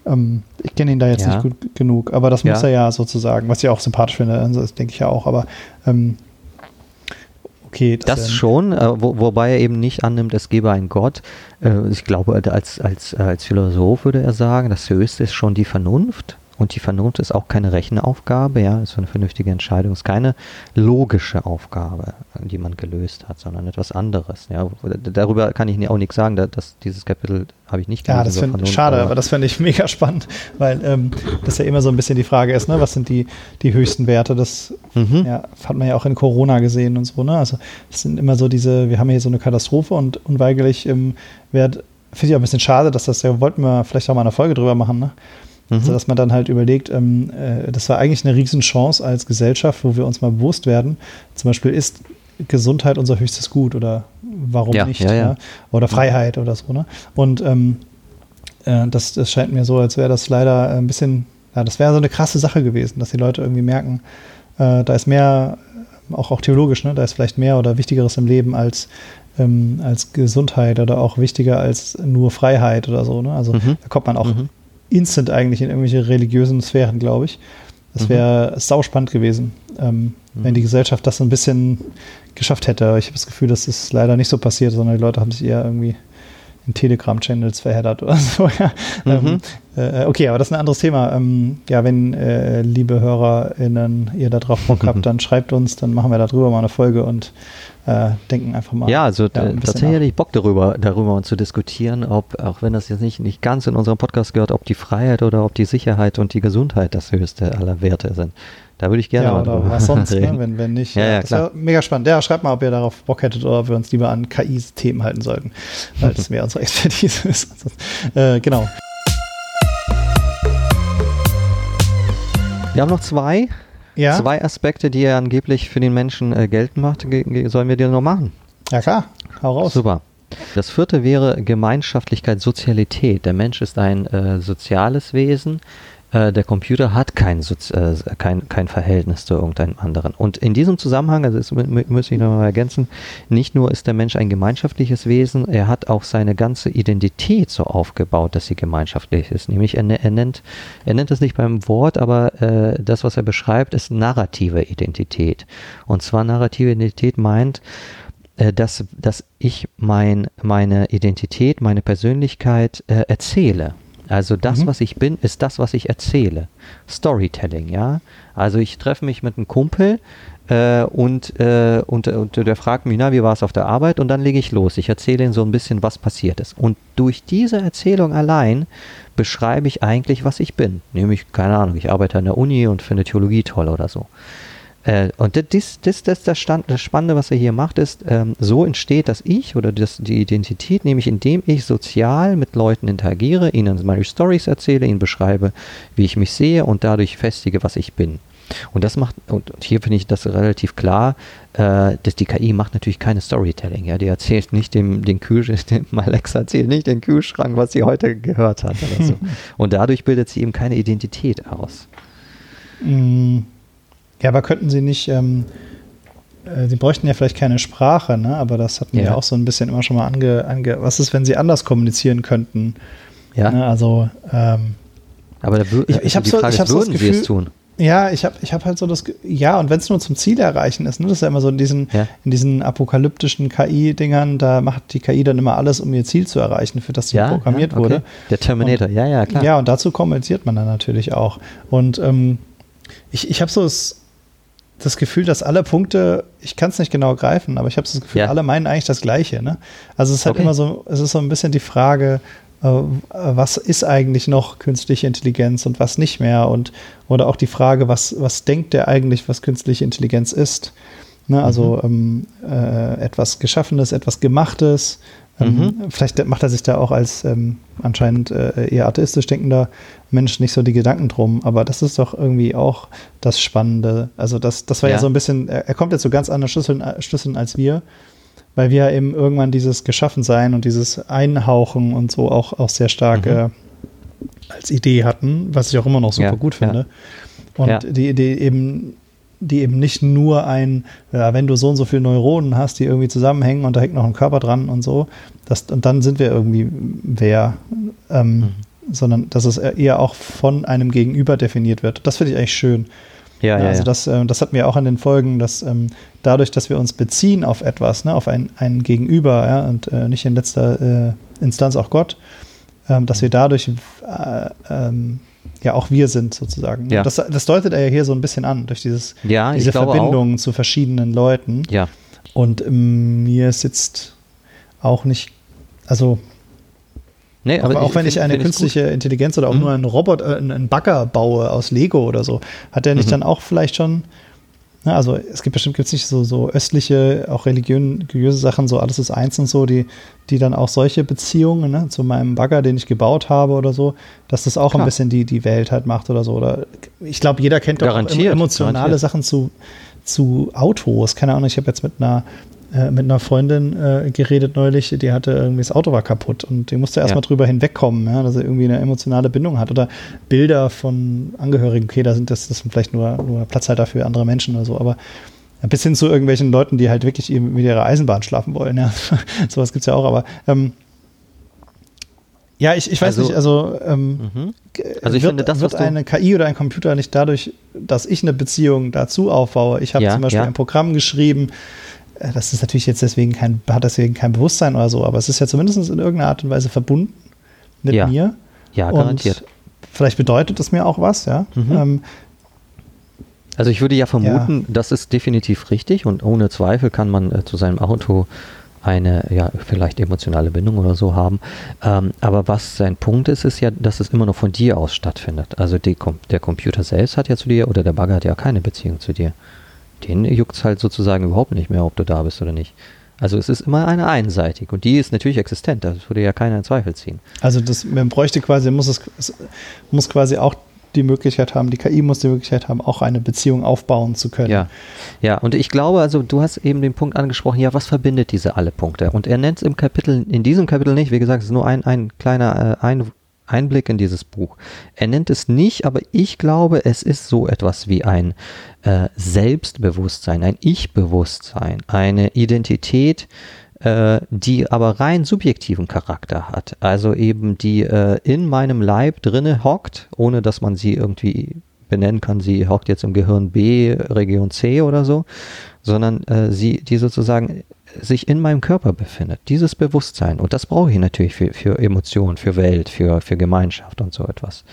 Speaker 1: Ähm, ich kenne ihn da jetzt ja. nicht gut genug, aber das ja. muss er ja sozusagen, was ich auch sympathisch finde, das denke ich ja auch, aber ähm, okay.
Speaker 2: Das, das schon, äh, wo, wobei er eben nicht annimmt, es gebe einen Gott. Äh, ich glaube, als, als, als Philosoph würde er sagen, das Höchste ist schon die Vernunft. Und die Vernunft ist auch keine Rechenaufgabe, ja, ist eine vernünftige Entscheidung, ist keine logische Aufgabe, die man gelöst hat, sondern etwas anderes. Ja. Darüber kann ich auch nichts sagen, dass dieses Kapitel habe ich nicht gelesen.
Speaker 1: Ja, das finde ich schade, aber, aber das finde ich mega spannend, weil ähm, das ja immer so ein bisschen die Frage ist, ne, was sind die, die höchsten Werte? Das mhm. ja, hat man ja auch in Corona gesehen und so, ne? Also es sind immer so diese, wir haben hier so eine Katastrophe und unweigerlich ähm, wird, finde ich auch ein bisschen schade, dass das, ja, wollten wir vielleicht auch mal eine Folge drüber machen, ne? Also, dass man dann halt überlegt, ähm, äh, das war eigentlich eine Riesenchance als Gesellschaft, wo wir uns mal bewusst werden. Zum Beispiel, ist Gesundheit unser höchstes Gut oder warum
Speaker 2: ja,
Speaker 1: nicht?
Speaker 2: Ja, ja.
Speaker 1: Ne? Oder Freiheit oder so. Ne? Und ähm, äh, das, das scheint mir so, als wäre das leider ein bisschen, ja, das wäre so eine krasse Sache gewesen, dass die Leute irgendwie merken, äh, da ist mehr, auch, auch theologisch, ne? Da ist vielleicht mehr oder Wichtigeres im Leben als ähm, als Gesundheit oder auch wichtiger als nur Freiheit oder so. Ne? Also mhm. da kommt man auch mhm. instant eigentlich in irgendwelche religiösen Sphären, glaube ich. Das wäre mhm. sauspannend gewesen, ähm, mhm. wenn die Gesellschaft das so ein bisschen geschafft hätte. Ich habe das Gefühl, das ist leider nicht so passiert, sondern die Leute haben sich eher irgendwie in Telegram-Channels verheddert oder so. Ja. Mhm. Ähm, äh, okay, aber das ist ein anderes Thema. Ähm, ja, wenn, äh, liebe HörerInnen, ihr da drauf Bock habt, dann schreibt uns, dann machen wir darüber mal eine Folge und äh, denken einfach mal.
Speaker 2: Ja, also ja, tatsächlich hätte ich Bock darüber, darüber zu diskutieren, ob, auch wenn das jetzt nicht, nicht ganz in unserem Podcast gehört, ob die Freiheit oder ob die Sicherheit und die Gesundheit das höchste aller Werte sind. Da würde ich gerne
Speaker 1: ja,
Speaker 2: mal
Speaker 1: oder
Speaker 2: drüber
Speaker 1: was sonst,
Speaker 2: reden.
Speaker 1: Ne? Wenn, wenn nicht.
Speaker 2: Ja,
Speaker 1: ja,
Speaker 2: ja,
Speaker 1: das
Speaker 2: klar.
Speaker 1: wäre mega spannend. Ja, schreibt mal, ob ihr darauf Bock hättet oder ob wir uns lieber an K I-Themen halten sollten, weil das mehr unsere Expertise ist. äh, genau.
Speaker 2: Wir haben noch zwei,
Speaker 1: ja?
Speaker 2: zwei Aspekte, die er angeblich für den Menschen äh, geltend macht. Ge- ge- sollen wir die noch machen?
Speaker 1: Ja klar, hau raus.
Speaker 2: Super. Das vierte wäre Gemeinschaftlichkeit, Sozialität. Der Mensch ist ein äh, soziales Wesen. Äh, der Computer hat kein, Sozi- äh, kein, kein Verhältnis zu irgendeinem anderen. Und in diesem Zusammenhang, also das m- müsste ich nochmal ergänzen, nicht nur ist der Mensch ein gemeinschaftliches Wesen, er hat auch seine ganze Identität so aufgebaut, dass sie gemeinschaftlich ist. Nämlich er, er, nennt, er nennt es nicht beim Wort, aber äh, das, was er beschreibt, ist narrative Identität. Und zwar narrative Identität meint, äh, dass, dass ich mein, meine Identität, meine Persönlichkeit äh, erzähle. Also das, mhm. was ich bin, ist das, was ich erzähle. Storytelling, ja. Also ich treffe mich mit einem Kumpel äh, und, äh, und, und der fragt mich, na, wie war es auf der Arbeit? Und dann lege ich los. Ich erzähle ihm so ein bisschen, was passiert ist. Und durch diese Erzählung allein beschreibe ich eigentlich, was ich bin. Nämlich, keine Ahnung, ich arbeite an der Uni und finde Theologie toll oder so. Äh, und das, das, das, das, Stand, das Spannende, was er hier macht, ist, ähm, so entsteht das Ich oder das, die Identität, nämlich indem ich sozial mit Leuten interagiere, ihnen meine Storys erzähle, ihnen beschreibe, wie ich mich sehe und dadurch festige, was ich bin. Und das macht, und hier finde ich das relativ klar, äh, dass die K I macht natürlich keine Storytelling, ja, die erzählt nicht dem, den Kühlschrank, dem Alexa erzählt nicht den Kühlschrank, was sie heute gehört hat oder so. Und dadurch bildet sie eben keine Identität aus.
Speaker 1: Mm. Ja, aber könnten Sie nicht, ähm, äh, Sie bräuchten ja vielleicht keine Sprache, ne? Aber das hatten wir ja auch so ein bisschen immer schon mal ange, ange... Was ist, wenn Sie anders kommunizieren könnten?
Speaker 2: Ja.
Speaker 1: Ne? Also, ähm,
Speaker 2: aber da wür-
Speaker 1: ich, ich habe
Speaker 2: die
Speaker 1: so,
Speaker 2: Frage
Speaker 1: ich
Speaker 2: ist,
Speaker 1: hab
Speaker 2: würden
Speaker 1: so das
Speaker 2: Sie
Speaker 1: Gefühl,
Speaker 2: es tun?
Speaker 1: Ja, ich habe ich hab halt so das, Ge- ja, und wenn es nur zum Ziel erreichen ist, ne? Das ist ja immer so in diesen,
Speaker 2: Ja.
Speaker 1: in diesen apokalyptischen K I-Dingern, da macht die K I dann immer alles, um ihr Ziel zu erreichen, für das sie
Speaker 2: Ja,
Speaker 1: programmiert
Speaker 2: ja, okay.
Speaker 1: wurde.
Speaker 2: Der Terminator,
Speaker 1: und,
Speaker 2: ja, ja, klar.
Speaker 1: Ja, und dazu kommuniziert man dann natürlich auch. Und ähm, ich, ich habe so das das Gefühl, dass alle Punkte, ich kann es nicht genau greifen, aber ich habe das Gefühl,
Speaker 2: Ja.
Speaker 1: alle meinen eigentlich das Gleiche. Ne? Also es ist halt
Speaker 2: Okay.
Speaker 1: immer so, es ist so ein bisschen die Frage, äh, was ist eigentlich noch künstliche Intelligenz und was nicht mehr? Und oder auch die Frage, was, was denkt der eigentlich, was künstliche Intelligenz ist? Ne? Also mhm. ähm, äh, etwas Geschaffenes, etwas Gemachtes. Ähm,
Speaker 2: Mhm.
Speaker 1: Vielleicht macht er sich da auch als ähm, anscheinend äh, eher atheistisch denkender Mensch nicht so die Gedanken drum, aber das ist doch irgendwie auch das Spannende. Also das, das war ja,
Speaker 2: Ja.
Speaker 1: so ein bisschen, er, er kommt jetzt so ganz anders Schlüsseln, Schlüsseln als wir, weil wir ja eben irgendwann dieses Geschaffensein und dieses Einhauchen und so auch, auch sehr stark
Speaker 2: Mhm.
Speaker 1: äh, als Idee hatten, was ich auch immer noch super
Speaker 2: Ja,
Speaker 1: gut
Speaker 2: ja.
Speaker 1: finde. Und
Speaker 2: Ja.
Speaker 1: die Idee eben die eben nicht nur ein, ja, wenn du so und so viele Neuronen hast, die irgendwie zusammenhängen und da hängt noch ein Körper dran und so, das, und dann sind wir irgendwie wer. Ähm,
Speaker 2: Mhm.
Speaker 1: sondern dass es eher auch von einem Gegenüber definiert wird. Das finde ich eigentlich schön.
Speaker 2: Ja, ja,
Speaker 1: also
Speaker 2: ja.
Speaker 1: das, äh, das hatten wir auch in den Folgen, dass ähm, dadurch, dass wir uns beziehen auf etwas, ne, auf ein, ein Gegenüber, ja, und äh, nicht in letzter äh, Instanz auch Gott, ähm, dass wir dadurch äh, ähm, ja auch wir sind sozusagen. Ne?
Speaker 2: Ja.
Speaker 1: Das, das deutet er ja hier so ein bisschen an, durch dieses,
Speaker 2: Ja,
Speaker 1: diese
Speaker 2: ich glaube
Speaker 1: Verbindungen
Speaker 2: auch.
Speaker 1: zu verschiedenen Leuten.
Speaker 2: Ja.
Speaker 1: Und ähm, mir ist jetzt auch nicht, also
Speaker 2: Nee,
Speaker 1: aber
Speaker 2: aber
Speaker 1: auch
Speaker 2: ich
Speaker 1: wenn ich
Speaker 2: find-
Speaker 1: eine
Speaker 2: find ich's
Speaker 1: künstliche Intelligenz oder auch
Speaker 2: Mhm.
Speaker 1: nur einen Roboter, äh, einen Bagger baue aus Lego oder so, hat der nicht
Speaker 2: Mhm.
Speaker 1: dann auch vielleicht schon, na, also es gibt bestimmt gibt's nicht so, so östliche, auch religiön, religiöse Sachen, so alles ist eins und so, die, die dann auch solche Beziehungen, ne, zu meinem Bagger, den ich gebaut habe oder so, dass das auch
Speaker 2: Klar.
Speaker 1: ein bisschen die, die Welt halt macht oder so. Oder ich glaube, jeder kennt doch auch
Speaker 2: Garantiert,
Speaker 1: emotionale
Speaker 2: garantiert.
Speaker 1: Sachen zu, zu Autos. Keine Ahnung, ich habe jetzt mit einer äh, mit einer Freundin äh, geredet neulich, die hatte irgendwie, das Auto war kaputt und die musste erstmal
Speaker 2: Ja.
Speaker 1: drüber hinwegkommen, ja, dass er irgendwie eine emotionale Bindung hat. Oder Bilder von Angehörigen, okay, da sind das, das sind vielleicht nur, nur Platzhalter für andere Menschen oder so, aber bis hin zu irgendwelchen Leuten, die halt wirklich eben mit ihrer Eisenbahn schlafen wollen, ja. Sowas gibt es ja auch, aber ähm, ja, ich, ich weiß
Speaker 2: Also-
Speaker 1: nicht, also, ähm,
Speaker 2: Mhm.
Speaker 1: g-
Speaker 2: Also ich
Speaker 1: wird,
Speaker 2: finde, das,
Speaker 1: wird
Speaker 2: was du-
Speaker 1: eine K I oder ein Computer nicht dadurch, dass ich eine Beziehung dazu aufbaue. Ich habe
Speaker 2: Ja,
Speaker 1: zum Beispiel
Speaker 2: ja.
Speaker 1: ein Programm geschrieben, äh, das ist natürlich jetzt deswegen kein, hat deswegen kein Bewusstsein oder so, aber es ist ja zumindest in irgendeiner Art und Weise verbunden mit
Speaker 2: Ja.
Speaker 1: mir.
Speaker 2: Ja,
Speaker 1: Und
Speaker 2: garantiert.
Speaker 1: vielleicht bedeutet das mir auch was, ja.
Speaker 2: Mhm.
Speaker 1: Ähm,
Speaker 2: Also ich würde ja vermuten, das ist definitiv richtig und ohne Zweifel kann man äh, zu seinem Auto eine, ja, vielleicht emotionale Bindung oder so haben. Ähm, aber was sein Punkt ist, ist ja, dass es immer noch von dir aus stattfindet. Also die, Com- der Computer selbst hat ja zu dir oder der Bagger hat ja keine Beziehung zu dir. Den juckt es halt sozusagen überhaupt nicht mehr, ob du da bist oder nicht. Also es ist immer eine einseitig und die ist natürlich existent, das würde ja keiner in Zweifel ziehen.
Speaker 1: Also das, man bräuchte quasi, muss es, es muss quasi auch die Möglichkeit haben, die K I muss die Möglichkeit haben, auch eine Beziehung aufbauen zu können.
Speaker 2: Ja, ja, und ich glaube, also du hast eben den Punkt angesprochen, ja, was verbindet diese alle Punkte? Und er nennt es im Kapitel, in diesem Kapitel nicht, wie gesagt, es ist nur ein, ein kleiner äh, ein, Einblick in dieses Buch. Er nennt es nicht, aber ich glaube, es ist so etwas wie ein äh, Selbstbewusstsein, ein Ich-Bewusstsein, eine Identität, äh, die aber rein subjektiven Charakter hat. Also eben die äh, in meinem Leib drinne hockt, ohne dass man sie irgendwie benennen kann, sie hockt jetzt im Gehirn B, Region C oder so, sondern äh, sie, die sozusagen sich in meinem Körper befindet. Dieses Bewusstsein. Und das brauche ich natürlich für, für Emotionen, für Welt, für, für Gemeinschaft und so etwas.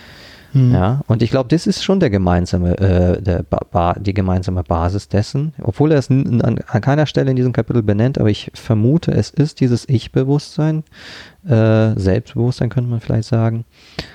Speaker 1: Hm.
Speaker 2: Ja, und ich glaube, das ist schon der gemeinsame, äh, der ba ba die gemeinsame Basis dessen, obwohl er es an, an keiner Stelle in diesem Kapitel benennt, aber ich vermute, es ist dieses Ich-Bewusstsein, äh, Selbstbewusstsein könnte man vielleicht sagen,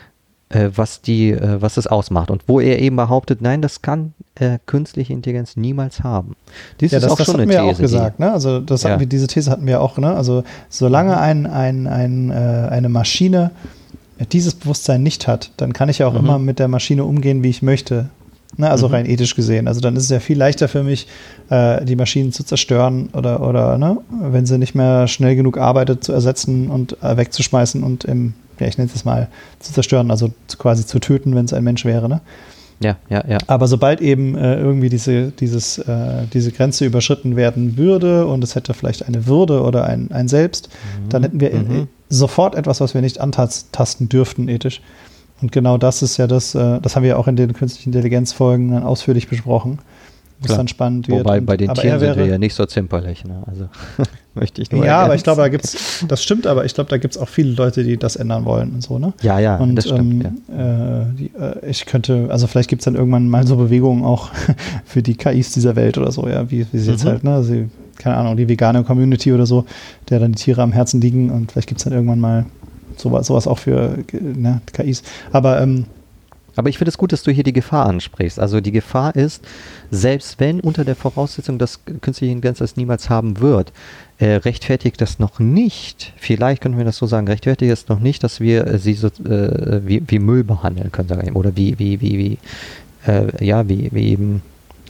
Speaker 2: äh, was die, äh, was es ausmacht und wo er eben behauptet, nein, das kann äh, künstliche Intelligenz niemals haben. Dies
Speaker 1: Ja,
Speaker 2: ist
Speaker 1: das,
Speaker 2: auch
Speaker 1: das
Speaker 2: schon
Speaker 1: hatten
Speaker 2: eine
Speaker 1: wir
Speaker 2: These.
Speaker 1: auch gesagt, ne? Also das hatten
Speaker 2: Ja.
Speaker 1: wir, diese These hatten wir auch, ne? Also solange ein, ein, ein, äh, eine Maschine dieses Bewusstsein nicht hat, dann kann ich ja auch
Speaker 2: Mhm.
Speaker 1: immer mit der Maschine umgehen, wie ich möchte. Ne? Also
Speaker 2: Mhm.
Speaker 1: rein ethisch gesehen. Also dann ist es ja viel leichter für mich, äh, die Maschinen zu zerstören oder, oder ne? Wenn sie nicht mehr schnell genug arbeitet, zu ersetzen und äh, wegzuschmeißen und im, ja, ich nenne es mal, zu zerstören, also zu, quasi zu töten, wenn es ein Mensch wäre, ne?
Speaker 2: Ja, ja, ja.
Speaker 1: Aber sobald eben äh, irgendwie diese, dieses, äh, diese Grenze überschritten werden würde und es hätte vielleicht eine Würde oder ein, ein Selbst,
Speaker 2: Mhm.
Speaker 1: dann hätten wir
Speaker 2: Mhm.
Speaker 1: äh, sofort etwas, was wir nicht antasten dürften, ethisch. Und genau das ist ja das, äh, das haben wir ja auch in den künstlichen Intelligenzfolgen dann ausführlich besprochen, wo es
Speaker 2: Klar.
Speaker 1: dann spannend wird.
Speaker 2: Wobei
Speaker 1: und,
Speaker 2: bei den
Speaker 1: aber
Speaker 2: Tieren
Speaker 1: er
Speaker 2: sind wir
Speaker 1: wäre,
Speaker 2: ja nicht so zimperlich. Ne? Also möchte ich nur
Speaker 1: ja, aber
Speaker 2: ergänzen.
Speaker 1: ich glaube, da gibt's, das stimmt, aber ich glaube, da gibt es auch viele Leute, die das ändern wollen und so, ne?
Speaker 2: Ja, ja,
Speaker 1: Und
Speaker 2: das stimmt.
Speaker 1: ähm,
Speaker 2: ja.
Speaker 1: äh, die, äh, ich könnte, also vielleicht gibt es dann irgendwann mal so Bewegungen auch für die K Is dieser Welt oder so, ja, wie, wie sie jetzt
Speaker 2: Mhm.
Speaker 1: halt, ne? Also, keine Ahnung, die vegane Community oder so, der dann die Tiere am Herzen liegen und vielleicht gibt es dann irgendwann mal sowas, sowas auch für ne, K Is. Aber ähm,
Speaker 2: Aber ich finde es gut, dass du hier die Gefahr ansprichst. Also die Gefahr ist, selbst wenn unter der Voraussetzung, dass künstliche Intelligenz das niemals haben wird, äh, rechtfertigt das noch nicht, vielleicht können wir das so sagen, rechtfertigt es noch nicht, dass wir äh, sie so, äh, wie, wie Müll behandeln können, sagen wir, oder wie, wie, wie, wie, äh, ja, wie, wie eben,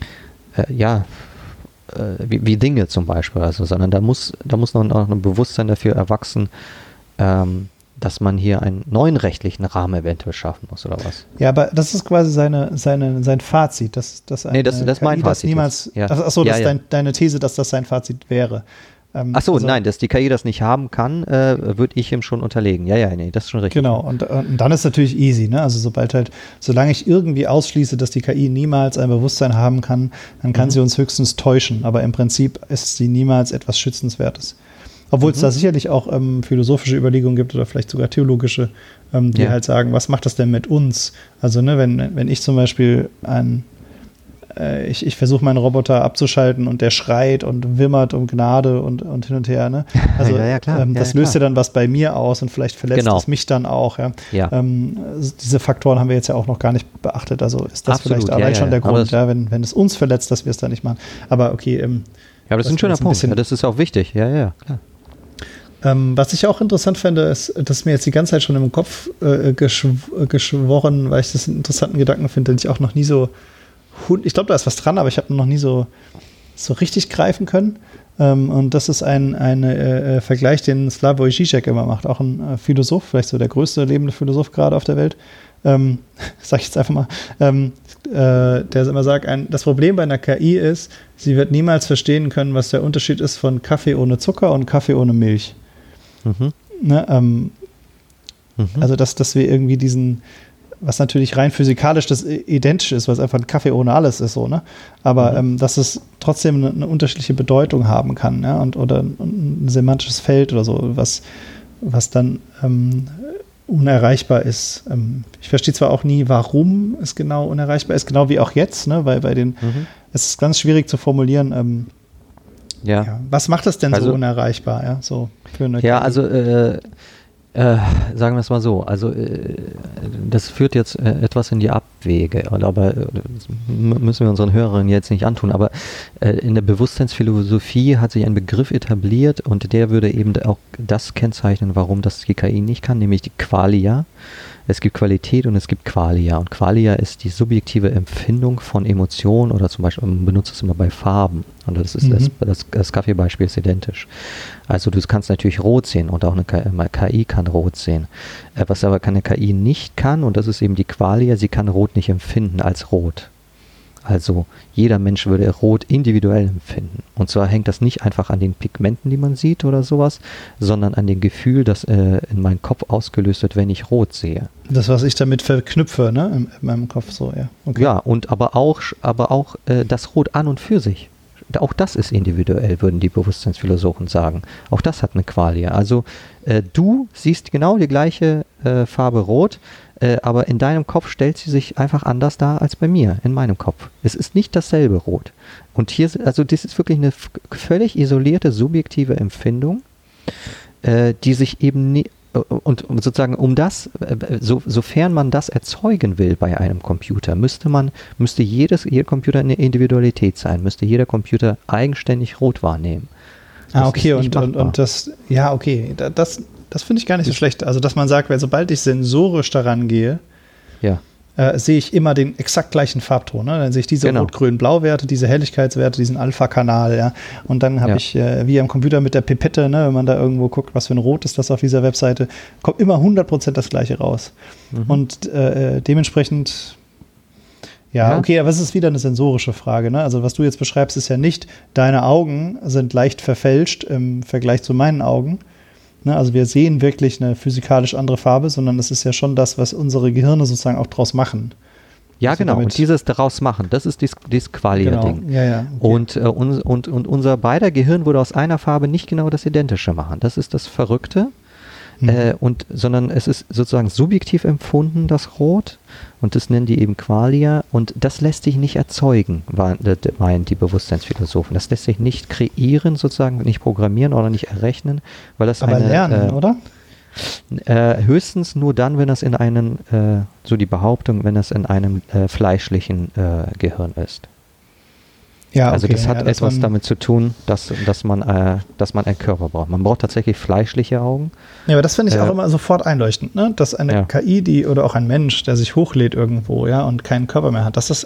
Speaker 2: äh, ja, äh, wie, wie Dinge zum Beispiel, also, sondern da muss, da muss noch, noch ein Bewusstsein dafür erwachsen, ähm, dass man hier einen neuen rechtlichen Rahmen eventuell schaffen muss, oder was?
Speaker 1: ja, aber das ist quasi seine, seine, sein Fazit, dass, dass
Speaker 2: Nee, das-
Speaker 1: eine
Speaker 2: das ist
Speaker 1: K I
Speaker 2: mein
Speaker 1: das
Speaker 2: Fazit
Speaker 1: niemals,
Speaker 2: jetzt. Ja.
Speaker 1: ach, ach so,
Speaker 2: Ja,
Speaker 1: das ist
Speaker 2: ja.
Speaker 1: dein, deine These, dass das sein Fazit wäre. Ähm,
Speaker 2: Ach so,
Speaker 1: also,
Speaker 2: nein, dass die K I das nicht haben kann, äh, würde ich ihm schon unterlegen. Ja, ja, nee, das ist schon richtig.
Speaker 1: Genau, und, und dann ist natürlich easy, ne? Also sobald halt, solange ich irgendwie ausschließe, dass die K I niemals ein Bewusstsein haben kann, dann kann mhm. sie uns höchstens täuschen, aber im Prinzip ist sie niemals etwas Schützenswertes. Obwohl mhm. es da sicherlich auch ähm, philosophische Überlegungen gibt oder vielleicht sogar theologische, ähm, die ja. halt sagen, was macht das denn mit uns? Also ne, wenn, wenn ich zum Beispiel ein Ich, ich versuche meinen Roboter abzuschalten und der schreit und wimmert um Gnade und, und hin und her. Ne? Also
Speaker 2: ja, ja, klar.
Speaker 1: Ähm, das
Speaker 2: ja,
Speaker 1: löst ja
Speaker 2: klar.
Speaker 1: dann was bei mir aus und vielleicht verletzt
Speaker 2: genau.
Speaker 1: es mich dann auch. Ja?
Speaker 2: Ja.
Speaker 1: Ähm, diese Faktoren haben wir jetzt ja auch noch gar nicht beachtet. Also ist das
Speaker 2: Absolut,
Speaker 1: vielleicht allein
Speaker 2: ja,
Speaker 1: schon
Speaker 2: ja,
Speaker 1: der
Speaker 2: ja.
Speaker 1: Grund, ja, wenn, wenn es uns verletzt, dass wir es da nicht machen. Aber okay. Ähm,
Speaker 2: ja, aber das ist ein schöner ein Punkt. Ja, das ist auch wichtig. Ja, ja, klar.
Speaker 1: Ähm, was ich auch interessant fände, ist, dass mir jetzt die ganze Zeit schon im Kopf äh, geschw- geschworen, weil ich das einen interessanten Gedanken finde, den ich auch noch nie so ich glaube, da ist was dran, aber ich habe noch nie so, so richtig greifen können. Ähm, und das ist ein, ein äh, Vergleich, den Slavoj Žižek immer macht. Auch ein äh, Philosoph, vielleicht so der größte lebende Philosoph gerade auf der Welt. Ähm, sag ich jetzt einfach mal. Ähm, äh, der immer sagt, ein, das Problem bei einer K I ist, sie wird niemals verstehen können, was der Unterschied ist von Kaffee ohne Zucker und Kaffee ohne Milch. Mhm. Ne, ähm, mhm. Also, dass, dass wir irgendwie diesen was natürlich rein physikalisch das identisch ist, weil es einfach ein Kaffee ohne alles ist, so, ne? Aber mhm. ähm, dass es trotzdem eine, eine unterschiedliche Bedeutung haben kann, ja, und oder ein, ein semantisches Feld oder so, was, was dann ähm, unerreichbar ist. Ähm, ich verstehe zwar auch nie, warum es genau unerreichbar ist, genau wie auch jetzt, ne? Weil bei den, mhm. es ist ganz schwierig zu formulieren, ähm, ja. ja. Was macht es denn also, so unerreichbar, ja, so für eine
Speaker 2: Ja,
Speaker 1: K I?
Speaker 2: also äh, Äh, sagen wir es mal so, also äh, das führt jetzt äh, etwas in die Abwege, aber äh, müssen wir unseren Hörern jetzt nicht antun, aber äh, in der Bewusstseinsphilosophie hat sich ein Begriff etabliert und der würde eben auch das kennzeichnen, warum das die K I nicht kann, nämlich die Qualia. Es gibt Qualität und es gibt Qualia. Und Qualia ist die subjektive Empfindung von Emotionen oder zum Beispiel, man benutzt es immer bei Farben. Und das ist mhm. das, das, das Kaffeebeispiel ist identisch. Also du kannst natürlich rot sehen und auch eine K I kann rot sehen. Was aber eine K I nicht kann, und das ist eben die Qualia, sie kann rot nicht empfinden als rot. Also jeder Mensch würde Rot individuell empfinden. Und zwar hängt das nicht einfach an den Pigmenten, die man sieht oder sowas, sondern an dem Gefühl, das äh, in meinem Kopf ausgelöst wird, wenn ich Rot sehe.
Speaker 1: Das, was ich damit verknüpfe, ne, in, in meinem Kopf so, ja. Okay.
Speaker 2: Ja, und aber auch, aber auch äh, das Rot an und für sich. Auch das ist individuell, würden die Bewusstseinsphilosophen sagen. Auch das hat eine Qualia. Also äh, du siehst genau die gleiche äh, Farbe Rot, äh, aber in deinem Kopf stellt sie sich einfach anders dar als bei mir, in meinem Kopf. Es ist nicht dasselbe Rot. Und hier, also das ist wirklich eine f- völlig isolierte, subjektive Empfindung, äh, die sich eben nie, und, und sozusagen um das, so, sofern man das erzeugen will bei einem Computer, müsste man, müsste jedes, jeder Computer eine Individualität sein, müsste jeder Computer eigenständig rot wahrnehmen.
Speaker 1: Das ah, okay, und, und, und das, ja, okay, das, das finde ich gar nicht so schlecht. Also, dass man sagt, weil sobald ich sensorisch daran gehe,
Speaker 2: ja.
Speaker 1: äh, sehe ich immer den exakt gleichen Farbton. Ne? Dann sehe ich diese
Speaker 2: genau.
Speaker 1: Rot-Grün-Blau-Werte, diese Helligkeitswerte, diesen Alpha-Kanal, ja. Und dann habe ja. ich, äh, wie am Computer mit der Pipette, ne, wenn man da irgendwo guckt, was für ein Rot ist das auf dieser Webseite, kommt immer hundert Prozent das Gleiche raus. Mhm. Und äh, dementsprechend, ja, ja, okay, aber es ist wieder eine sensorische Frage. Ne? Also was du jetzt beschreibst, ist ja nicht, deine Augen sind leicht verfälscht im Vergleich zu meinen Augen. Ne? Also wir sehen wirklich eine physikalisch andere Farbe, sondern es ist ja schon das, was unsere Gehirne sozusagen auch draus machen.
Speaker 2: Ja, also genau. Und dieses daraus machen, das ist dieses, dieses Qualia-Ding.
Speaker 1: Genau. Ja, ja. Okay.
Speaker 2: Und, äh, und, und, und unser beider Gehirn würde aus einer Farbe nicht genau das Identische machen. Das ist das Verrückte. Mhm. Äh, und, sondern es ist sozusagen subjektiv empfunden, das Rot. Und das nennen die eben Qualia. Und das lässt sich nicht erzeugen, meinen die Bewusstseinsphilosophen. Das lässt sich nicht kreieren, sozusagen, nicht programmieren oder nicht errechnen. Weil das
Speaker 1: Aber
Speaker 2: eine,
Speaker 1: lernen,
Speaker 2: äh,
Speaker 1: oder?
Speaker 2: Äh, höchstens nur dann, wenn das in einem, äh, so die Behauptung, wenn das in einem äh, fleischlichen äh, Gehirn ist.
Speaker 1: Ja,
Speaker 2: also
Speaker 1: okay,
Speaker 2: das hat
Speaker 1: ja, dass
Speaker 2: etwas
Speaker 1: man,
Speaker 2: damit zu tun, dass, dass, man, äh, dass man einen Körper braucht. Man braucht tatsächlich fleischliche Augen.
Speaker 1: Ja, aber das finde ich
Speaker 2: äh,
Speaker 1: auch immer sofort einleuchtend, ne? Dass eine
Speaker 2: ja.
Speaker 1: K I, die oder auch ein Mensch, der sich hochlädt irgendwo, ja, und keinen Körper mehr hat, dass das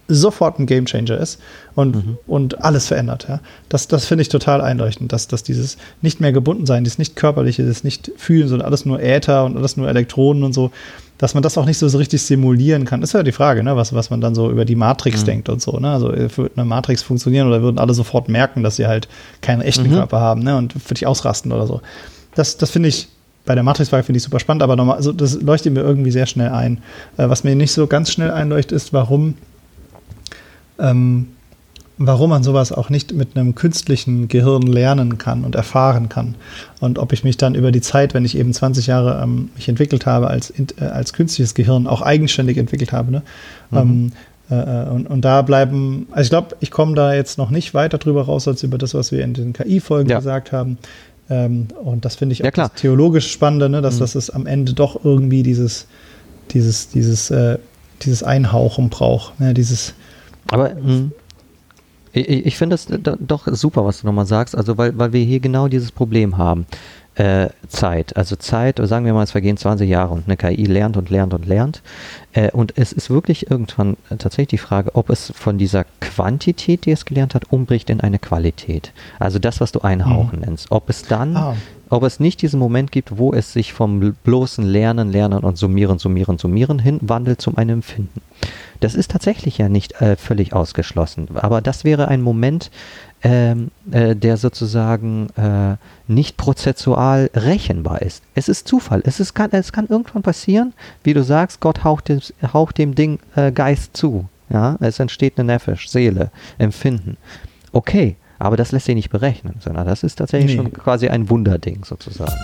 Speaker 1: sofort ein Gamechanger ist und,
Speaker 2: Mhm.
Speaker 1: und alles verändert. Ja. Das, das finde ich total einleuchtend, dass, dass dieses nicht mehr gebunden sein, dieses nicht körperliche, das nicht fühlen, sondern alles nur Äther und alles nur Elektronen und so, dass man das auch nicht so, so richtig simulieren kann. Ist ja die Frage, ne, was, was man dann so über die Matrix mhm. denkt und so. Ne? Also würde eine Matrix funktionieren oder würden alle sofort merken, dass sie halt keinen echten mhm. Körper haben, ne, und für dich ausrasten oder so. Das, das finde ich bei der Matrix-Frage finde ich super spannend, aber nochmal, also das leuchtet mir irgendwie sehr schnell ein. Äh, was mir nicht so ganz schnell einleuchtet, ist, warum, ähm, warum man sowas auch nicht mit einem künstlichen Gehirn lernen kann und erfahren kann. Und ob ich mich dann über die Zeit, wenn ich eben zwanzig Jahre ähm, mich entwickelt habe, als, äh, als künstliches Gehirn auch eigenständig entwickelt habe, ne? Mhm. Ähm, äh, und, und da bleiben, also ich glaube, ich komme da jetzt noch nicht weiter drüber raus, als über das, was wir in den K I-Folgen ja. gesagt haben. Ähm, und das finde ich auch ja, das theologisch Spannende, ne? dass mhm. das es am Ende doch irgendwie dieses, dieses, dieses, äh, dieses Einhauchen braucht. Ne? Dieses
Speaker 2: Aber mh, ich, ich finde es doch super, was du nochmal sagst, also weil, weil wir hier genau dieses Problem haben. Äh, Zeit, also Zeit, sagen wir mal, es vergehen zwanzig Jahre und eine K I lernt und lernt und lernt. Äh, und es ist wirklich irgendwann tatsächlich die Frage, ob es von dieser Quantität, die es gelernt hat, umbricht in eine Qualität. Also das, was du Einhauchen mhm. nennst. Ob es dann, ah. ob es nicht diesen Moment gibt, wo es sich vom bloßen Lernen, Lernen und Summieren, Summieren, Summieren hin wandelt zum einem Empfinden. Das ist tatsächlich ja nicht äh, völlig ausgeschlossen. Aber das wäre ein Moment, Ähm, äh, der sozusagen äh, nicht prozessual rechenbar ist. Es ist Zufall. Es, ist, kann, es kann irgendwann passieren, wie du sagst, Gott haucht dem, haucht dem Ding äh, Geist zu. Ja? Es entsteht eine Nefesh, Seele, Empfinden. Okay, aber das lässt sich nicht berechnen, sondern das ist tatsächlich nee. schon quasi ein Wunderding sozusagen.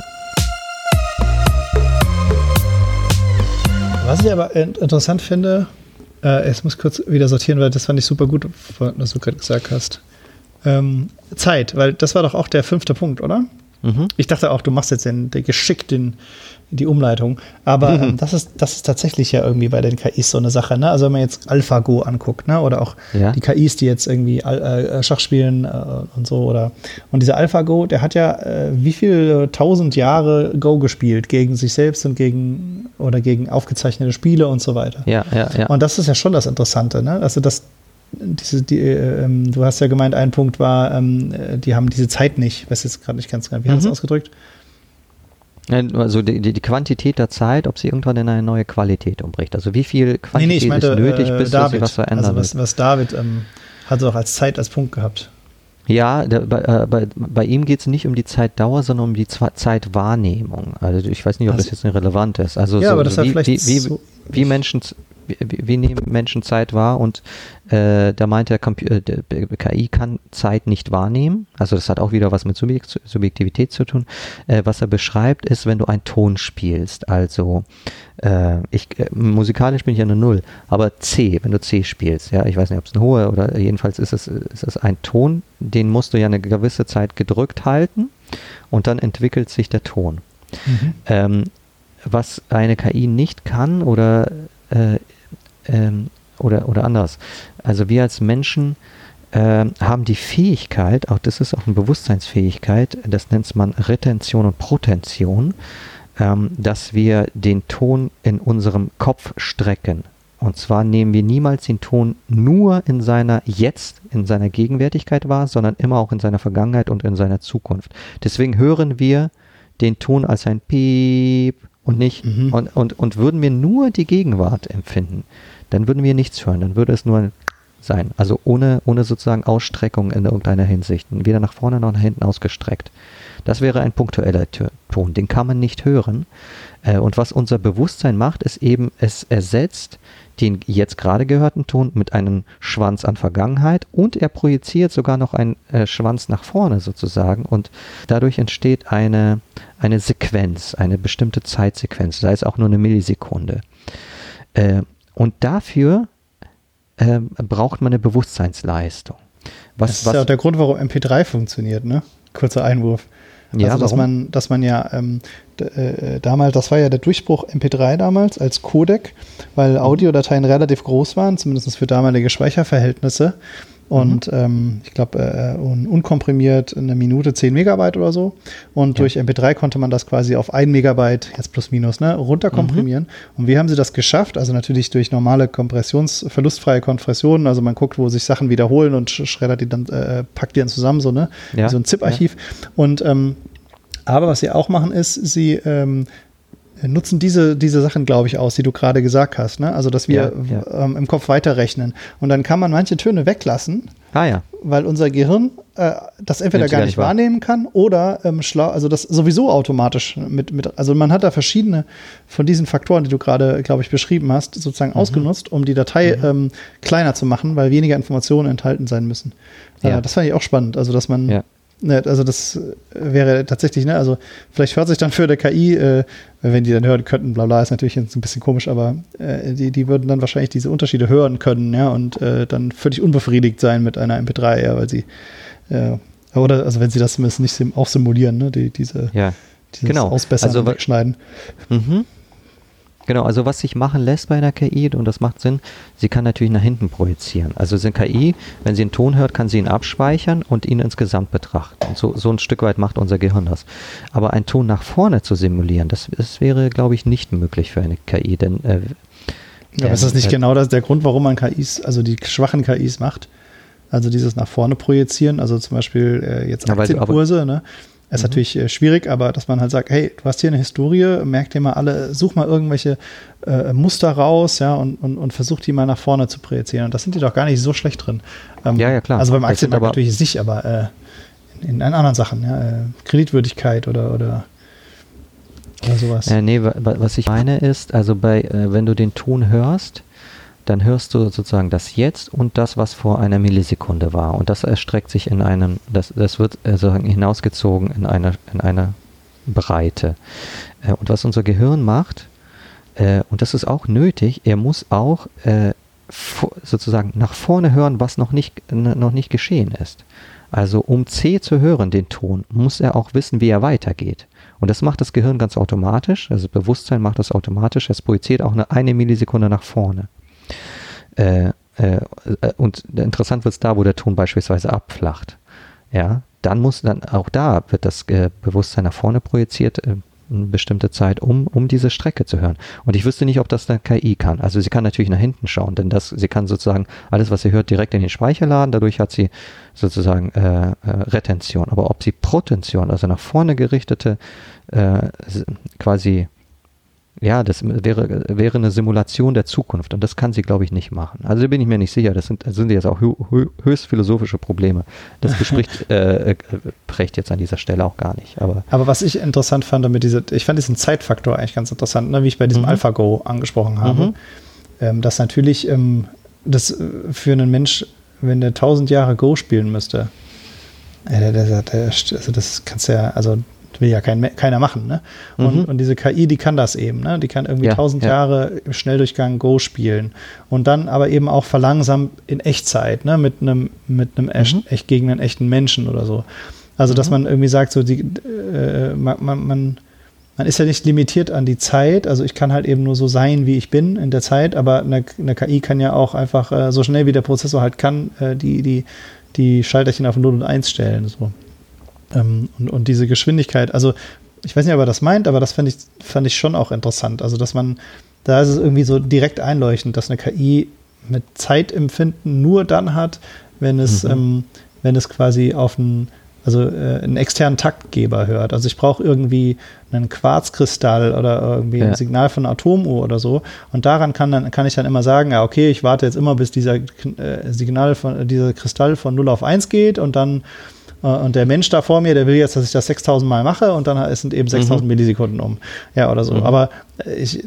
Speaker 1: Was ich aber interessant finde, äh, jetzt muss ich kurz wieder sortieren, weil das fand ich super gut, was du gerade gesagt hast. Ähm, Zeit, weil das war doch auch der fünfte Punkt, oder? Mhm. Ich dachte auch, du machst jetzt den, den geschickt den, die Umleitung, aber mhm. ähm, das ist das ist tatsächlich ja irgendwie bei den K Is so eine Sache, ne? Also wenn man jetzt AlphaGo anguckt, ne? Oder auch ja. die K Is, die jetzt irgendwie äh, Schach spielen äh, und so, oder und dieser AlphaGo, der hat ja äh, wie viele tausend Jahre Go gespielt gegen sich selbst und gegen oder gegen aufgezeichnete Spiele und so weiter.
Speaker 2: Ja, ja, ja.
Speaker 1: Und das ist ja schon das Interessante, ne? Also das Diese, die, ähm, du hast ja gemeint, ein Punkt war, ähm, die haben diese Zeit nicht. Ich weiß jetzt gerade nicht ganz genau, wie mhm. hast du das ausgedrückt?
Speaker 2: Also die, die, die Quantität der Zeit, ob sie irgendwann in eine neue Qualität umbricht. Also wie viel Quantität nee, nee, ich meinte, ist nötig, bis
Speaker 1: äh,
Speaker 2: sich was verändert.
Speaker 1: Also was, was David ähm, hat auch als Zeit als Punkt gehabt.
Speaker 2: Ja, der, bei, äh, bei, bei ihm geht es nicht um die Zeitdauer, sondern um die Z- Zeitwahrnehmung. Also ich weiß nicht, ob also, das jetzt relevant ist. Also
Speaker 1: ja,
Speaker 2: so,
Speaker 1: aber das
Speaker 2: so
Speaker 1: hat
Speaker 2: wie,
Speaker 1: vielleicht
Speaker 2: wie,
Speaker 1: so
Speaker 2: wie Menschen Wie, wie nehmen Menschen Zeit wahr? Und äh, da meint der, Compu- der K I kann Zeit nicht wahrnehmen. Also das hat auch wieder was mit Subjekt- Subjektivität zu tun. Äh, was er beschreibt, ist, wenn du einen Ton spielst. Also äh, ich, äh, musikalisch bin ich ja eine Null, aber C, wenn du C spielst, ja, ich weiß nicht, ob es ein hoher oder jedenfalls ist es, ist es ein Ton, den musst du ja eine gewisse Zeit gedrückt halten und dann entwickelt sich der Ton. Mhm. Ähm, was eine K I nicht kann oder äh, Ähm, oder, oder anders. Also wir als Menschen äh, haben die Fähigkeit, auch das ist auch eine Bewusstseinsfähigkeit, das nennt man Retention und Protention, ähm, dass wir den Ton in unserem Kopf strecken. Und zwar nehmen wir niemals den Ton nur in seiner Jetzt, in seiner Gegenwärtigkeit wahr, sondern immer auch in seiner Vergangenheit und in seiner Zukunft. Deswegen hören wir den Ton als ein Piep und nicht, mhm. und, und, und würden wir nur die Gegenwart empfinden, dann würden wir nichts hören, dann würde es nur sein. Also ohne, ohne sozusagen Ausstreckung in irgendeiner Hinsicht. Weder nach vorne noch nach hinten ausgestreckt. Das wäre ein punktueller Ton, den kann man nicht hören. Und was unser Bewusstsein macht, ist eben, es ersetzt den jetzt gerade gehörten Ton mit einem Schwanz an Vergangenheit und er projiziert sogar noch einen äh, Schwanz nach vorne sozusagen und dadurch entsteht eine, eine Sequenz, eine bestimmte Zeitsequenz, sei es auch nur eine Millisekunde. Äh, und dafür äh, braucht man eine Bewusstseinsleistung. Was,
Speaker 1: das ist
Speaker 2: was,
Speaker 1: ja auch der Grund, warum M P drei funktioniert, ne? Kurzer Einwurf. Also, ja, dass man, dass man ja ähm, d- äh, damals, das war ja der Durchbruch M P drei damals als Codec, weil Audiodateien relativ groß waren, zumindest für damalige Speicherverhältnisse. und mhm. ähm, ich glaube äh, un unkomprimiert eine Minute zehn Megabyte oder so und ja. durch M P drei konnte man das quasi auf ein Megabyte, jetzt plus minus, ne, runterkomprimieren mhm. und wie haben sie das geschafft? Also natürlich durch normale Kompressions-, verlustfreie Kompressionen, also man guckt, wo sich Sachen wiederholen und schreddert die dann, äh, packt die dann zusammen, so, ne, ja. wie so ein ZIP-Archiv ja. und ähm, aber was sie auch machen ist, sie ähm, nutzen diese, diese Sachen, glaube ich, aus, die du gerade gesagt hast. Ne? Also, dass wir ja, ja. Ähm, im Kopf weiterrechnen. Und dann kann man manche Töne weglassen,
Speaker 2: ah, ja.
Speaker 1: weil unser Gehirn äh, das entweder gar nicht, gar nicht wahrnehmen kann oder ähm, schlau, also das sowieso automatisch mit, mit, also man hat da verschiedene von diesen Faktoren, die du gerade, glaube ich, beschrieben hast, sozusagen mhm. ausgenutzt, um die Datei mhm. ähm, kleiner zu machen, weil weniger Informationen enthalten sein müssen. Äh, ja. Das fand ich auch spannend, also dass man ja. Ne, also das wäre tatsächlich, ne, also vielleicht hört sich dann für der K I, äh, wenn die dann hören könnten, bla bla, ist natürlich jetzt ein bisschen komisch, aber äh, die, die würden dann wahrscheinlich diese Unterschiede hören können, ja, und äh, dann völlig unbefriedigt sein mit einer M P drei, ja, weil sie, äh, oder, also wenn sie das zumindest nicht sim auch simulieren, ne, die, diese,
Speaker 2: ja.
Speaker 1: dieses
Speaker 2: genau.
Speaker 1: Ausbessern
Speaker 2: also,
Speaker 1: und Wegschneiden.
Speaker 2: Mhm. Genau, also was sich machen lässt bei einer K I, und das macht Sinn, sie kann natürlich nach hinten projizieren. Also eine K I, wenn sie einen Ton hört, kann sie ihn abspeichern und ihn insgesamt betrachten. Und so, so ein Stück weit macht unser Gehirn das. Aber einen Ton nach vorne zu simulieren, das, das wäre, glaube ich, nicht möglich für eine K I. Denn, äh,
Speaker 1: ja, aber ist das nicht äh, genau das, der Grund, warum man K Is, also die schwachen K Is macht? Also dieses nach vorne projizieren, also zum Beispiel äh, jetzt Aktienkurse, ne? Ist mhm. natürlich äh, schwierig, aber dass man halt sagt, hey, du hast hier eine Historie, merk dir mal alle, such mal irgendwelche äh, Muster raus, ja, und, und, und versuch die mal nach vorne zu projizieren. Und das sind die doch gar nicht so schlecht drin. Ähm,
Speaker 2: ja, ja, klar.
Speaker 1: Also beim Aktienmarkt natürlich nicht, aber äh, in, in anderen Sachen, ja, äh, Kreditwürdigkeit oder, oder, oder sowas.
Speaker 2: Äh, nee, was ich meine ist, also bei, äh, wenn du den Ton hörst, dann hörst du sozusagen das Jetzt und das, was vor einer Millisekunde war. Und das erstreckt sich in einem, das, das wird sozusagen hinausgezogen in einer, in einer Breite. Äh, und was unser Gehirn macht, äh, und das ist auch nötig, er muss auch äh, sozusagen nach vorne hören, was noch nicht, noch nicht geschehen ist. Also um C zu hören, den Ton, muss er auch wissen, wie er weitergeht. Und das macht das Gehirn ganz automatisch, also das Bewusstsein macht das automatisch, es projiziert auch eine, eine Millisekunde nach vorne. Äh, äh, und interessant wird es da, wo der Ton beispielsweise abflacht. Ja, dann muss dann auch da wird das äh, Bewusstsein nach vorne projiziert, äh, eine bestimmte Zeit, um, um diese Strecke zu hören. Und ich wüsste nicht, ob das eine K I kann. Also sie kann natürlich nach hinten schauen, denn das, sie kann sozusagen alles, was sie hört, direkt in den Speicher laden. Dadurch hat sie sozusagen äh, äh, Retention. Aber ob sie Protention, also nach vorne gerichtete, äh, quasi ja, das wäre, wäre eine Simulation der Zukunft und das kann sie, glaube ich, nicht machen. Also da bin ich mir nicht sicher, das sind, das sind jetzt auch hö, hö, höchst philosophische Probleme. Das bespricht äh, Precht jetzt an dieser Stelle auch gar nicht. Aber,
Speaker 1: aber was ich interessant fand, mit dieser, ich fand diesen Zeitfaktor eigentlich ganz interessant, ne, wie ich bei diesem mhm. AlphaGo angesprochen habe, mhm. ähm, dass natürlich ähm, das für einen Mensch, wenn der tausend Jahre Go spielen müsste, äh, der, der, der, also das kannst du ja, also will ja kein, keiner machen, ne? Und, mhm. und diese K I, die kann das eben, ne? Die kann irgendwie ja, tausend ja. Jahre im Schnelldurchgang Go spielen und dann aber eben auch verlangsamt in Echtzeit, ne? Mit einem mit einem echt, mhm. echt gegen einen echten Menschen oder so. Also, mhm. dass man irgendwie sagt, so die, äh, man, man, man, man ist ja nicht limitiert an die Zeit, also ich kann halt eben nur so sein, wie ich bin in der Zeit, aber eine, eine K I kann ja auch einfach äh, so schnell, wie der Prozessor halt kann, äh, die, die, die Schalterchen auf null und eins stellen, so. Ähm, und, und diese Geschwindigkeit, also ich weiß nicht, ob er das meint, aber das fand ich, fand ich schon auch interessant. Also, dass man, da ist es irgendwie so direkt einleuchtend, dass eine K I mit Zeitempfinden nur dann hat, wenn es, mhm. ähm, wenn es quasi auf einen, also äh, einen externen Taktgeber hört. Also ich brauche irgendwie einen Quarzkristall oder irgendwie ja. ein Signal von einer Atomuhr oder so. Und daran kann dann kann ich dann immer sagen, ja, okay, ich warte jetzt immer, bis dieser äh, Signal von dieser Kristall von null auf eins geht und dann und der Mensch da vor mir, der will jetzt, dass ich das sechstausend Mal mache und dann sind eben sechstausend mhm. Millisekunden um. Ja, oder so. Mhm. Aber ich,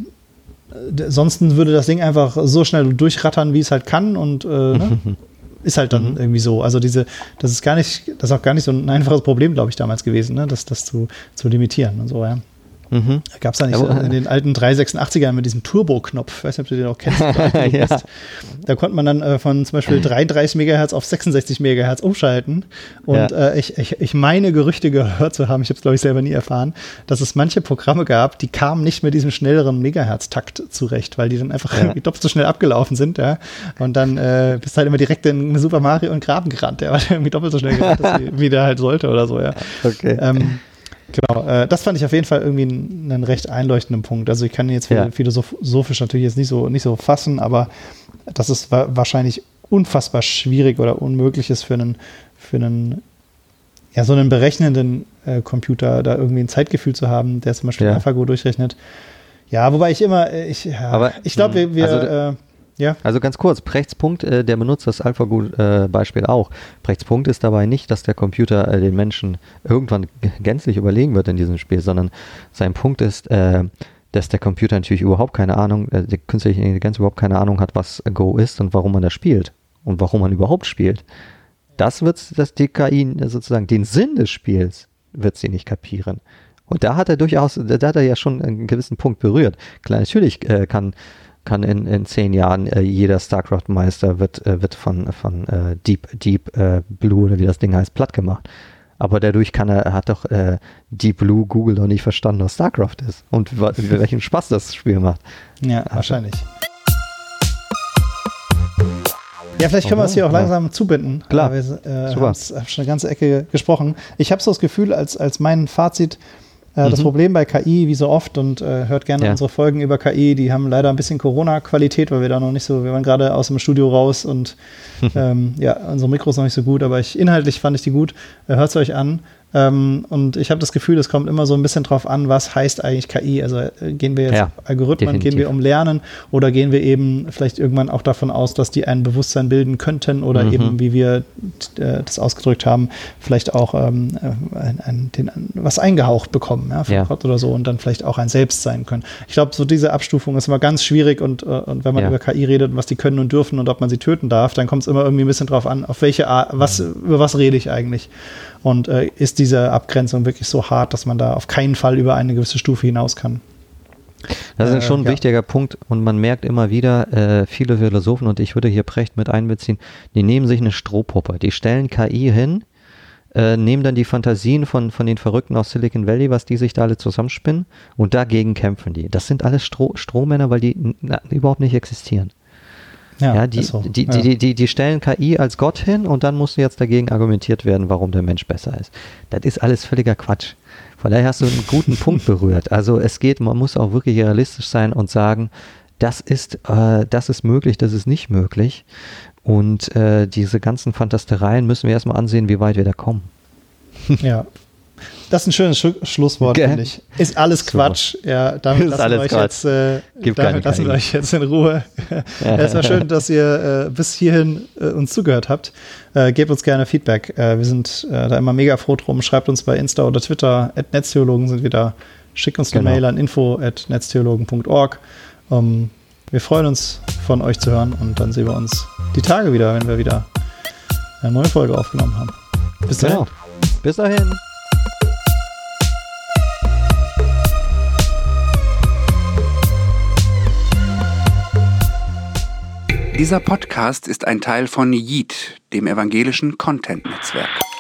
Speaker 1: sonst würde das Ding einfach so schnell durchrattern, wie es halt kann und äh, ne? ist halt dann mhm. irgendwie so. Also diese, das ist gar nicht, das ist auch gar nicht so ein einfaches Problem, glaube ich, damals gewesen, ne? das, das zu, zu limitieren und so, ja.
Speaker 2: Mhm.
Speaker 1: Gab es da nicht
Speaker 2: ja,
Speaker 1: in den alten dreihundertsechsundachtzigern mit diesem Turbo-Knopf, ich weiß nicht, ob du den auch kennst.
Speaker 2: ja.
Speaker 1: Da konnte man dann äh, von zum Beispiel dreiunddreißig Megahertz auf sechsundsechzig Megahertz umschalten. Und ja. äh, ich, ich, ich meine Gerüchte gehört zu haben, ich habe es glaube ich selber nie erfahren, dass es manche Programme gab, die kamen nicht mit diesem schnelleren Megahertz-Takt zurecht, weil die dann einfach ja. doppelt so schnell abgelaufen sind. Ja? Und dann äh, bist halt immer direkt in Super Mario und Graben gerannt, ja, weil der irgendwie doppelt so schnell gerannt ist, wie, wie der halt sollte oder so. Ja.
Speaker 2: Okay.
Speaker 1: Ähm, Genau, äh, das fand ich auf jeden Fall irgendwie einen, einen recht einleuchtenden Punkt. Also ich kann ihn jetzt ja. philosophisch natürlich jetzt nicht so, nicht so fassen, aber dass es wa- wahrscheinlich unfassbar schwierig oder unmöglich ist für einen, für einen ja, so einen berechnenden äh, Computer da irgendwie ein Zeitgefühl zu haben, der zum Beispiel
Speaker 2: ja.
Speaker 1: AlphaGo durchrechnet. Ja, wobei ich immer, ich, ja,
Speaker 2: aber,
Speaker 1: ich glaube, wir, wir
Speaker 2: also,
Speaker 1: äh, ja.
Speaker 2: Also ganz kurz, Brechts Punkt, äh, der benutzt das AlphaGo-Beispiel äh, auch. Brechts Punkt ist dabei nicht, dass der Computer äh, den Menschen irgendwann g- gänzlich überlegen wird in diesem Spiel, sondern sein Punkt ist, äh, dass der Computer natürlich überhaupt keine Ahnung, äh, die künstliche Intelligenz überhaupt keine Ahnung hat, was Go ist und warum man das spielt und warum man überhaupt spielt. Das wird das die K I sozusagen, den Sinn des Spiels wird sie nicht kapieren. Und da hat er durchaus, da hat er ja schon einen gewissen Punkt berührt. Klar, natürlich äh, kann kann in, in zehn Jahren äh, jeder StarCraft-Meister wird, äh, wird von, von äh, Deep, Deep äh, Blue oder wie das Ding heißt, platt gemacht. Aber dadurch kann er, hat doch äh, Deep Blue Google noch nicht verstanden, was StarCraft ist und wa- welchen Spaß das Spiel macht.
Speaker 1: Ja, also. Wahrscheinlich. Ja, vielleicht können wir es hier auch langsam ja. zubinden.
Speaker 2: Klar,
Speaker 1: wir äh, haben schon eine ganze Ecke gesprochen. Ich habe so das Gefühl, als, als mein Fazit, Äh, das mhm. Problem bei K I, wie so oft, und äh, hört gerne ja. unsere Folgen über K I, die haben leider ein bisschen Corona-Qualität, weil wir da noch nicht so, wir waren gerade aus dem Studio raus und ähm, ja, unsere Mikros noch nicht so gut, aber ich, inhaltlich fand ich die gut. Äh, hört es euch an. Ähm, und ich habe das Gefühl, es kommt immer so ein bisschen drauf an, was heißt eigentlich K I? Also äh, gehen wir jetzt
Speaker 2: ja,
Speaker 1: auf Algorithmen,
Speaker 2: definitiv.
Speaker 1: gehen wir um Lernen oder gehen wir eben vielleicht irgendwann auch davon aus, dass die ein Bewusstsein bilden könnten oder mhm. eben, wie wir äh, das ausgedrückt haben, vielleicht auch ähm, ein, ein, den, was eingehaucht bekommen, ja, von
Speaker 2: ja.
Speaker 1: Gott oder so und dann vielleicht auch ein Selbst sein können. Ich glaube, so diese Abstufung ist immer ganz schwierig und, äh, und wenn man ja. über K I redet und was die können und dürfen und ob man sie töten darf, dann kommt es immer irgendwie ein bisschen drauf an, auf welche Art, was, über was rede ich eigentlich? Und äh, ist diese Abgrenzung wirklich so hart, dass man da auf keinen Fall über eine gewisse Stufe hinaus kann?
Speaker 2: Das ist äh, schon ein
Speaker 1: ja.
Speaker 2: wichtiger Punkt und man merkt immer wieder, äh, viele Philosophen, und ich würde hier Brecht mit einbeziehen, die nehmen sich eine Strohpuppe, die stellen K I hin, äh, nehmen dann die Fantasien von, von den Verrückten aus Silicon Valley, was die sich da alle zusammenspinnen und dagegen kämpfen die. Das sind alles Stroh, Strohmänner, weil die na, überhaupt nicht existieren. Ja, ja, die, so. die, ja. Die, die, die stellen K I als Gott hin und dann muss jetzt dagegen argumentiert werden, warum der Mensch besser ist. Das ist alles völliger Quatsch. Von daher hast du einen guten Punkt berührt. Also es geht, man muss auch wirklich realistisch sein und sagen, das ist, äh, das ist möglich, das ist nicht möglich. Und äh, diese ganzen Fantastereien müssen wir erstmal ansehen, wie weit wir da kommen.
Speaker 1: Ja. Das ist ein schönes Sch- Schlusswort, okay. finde ich. Ist alles Quatsch. Ja, damit lassen, wir euch, jetzt, äh, damit lassen wir euch jetzt in Ruhe. Ja, es war schön, dass ihr äh, bis hierhin äh, uns zugehört habt. Äh, gebt uns gerne Feedback. Äh, wir sind äh, da immer mega froh drum. Schreibt uns bei Insta oder Twitter. at netztheologen sind wir da. Schickt uns eine genau. Mail an info at netztheologen punkt org. Um, wir freuen uns, von euch zu hören. Und dann sehen wir uns die Tage wieder, wenn wir wieder eine neue Folge aufgenommen haben. Bis dahin.
Speaker 2: Genau. Bis dahin.
Speaker 3: Dieser Podcast ist ein Teil von Yeet, dem evangelischen Content-Netzwerk.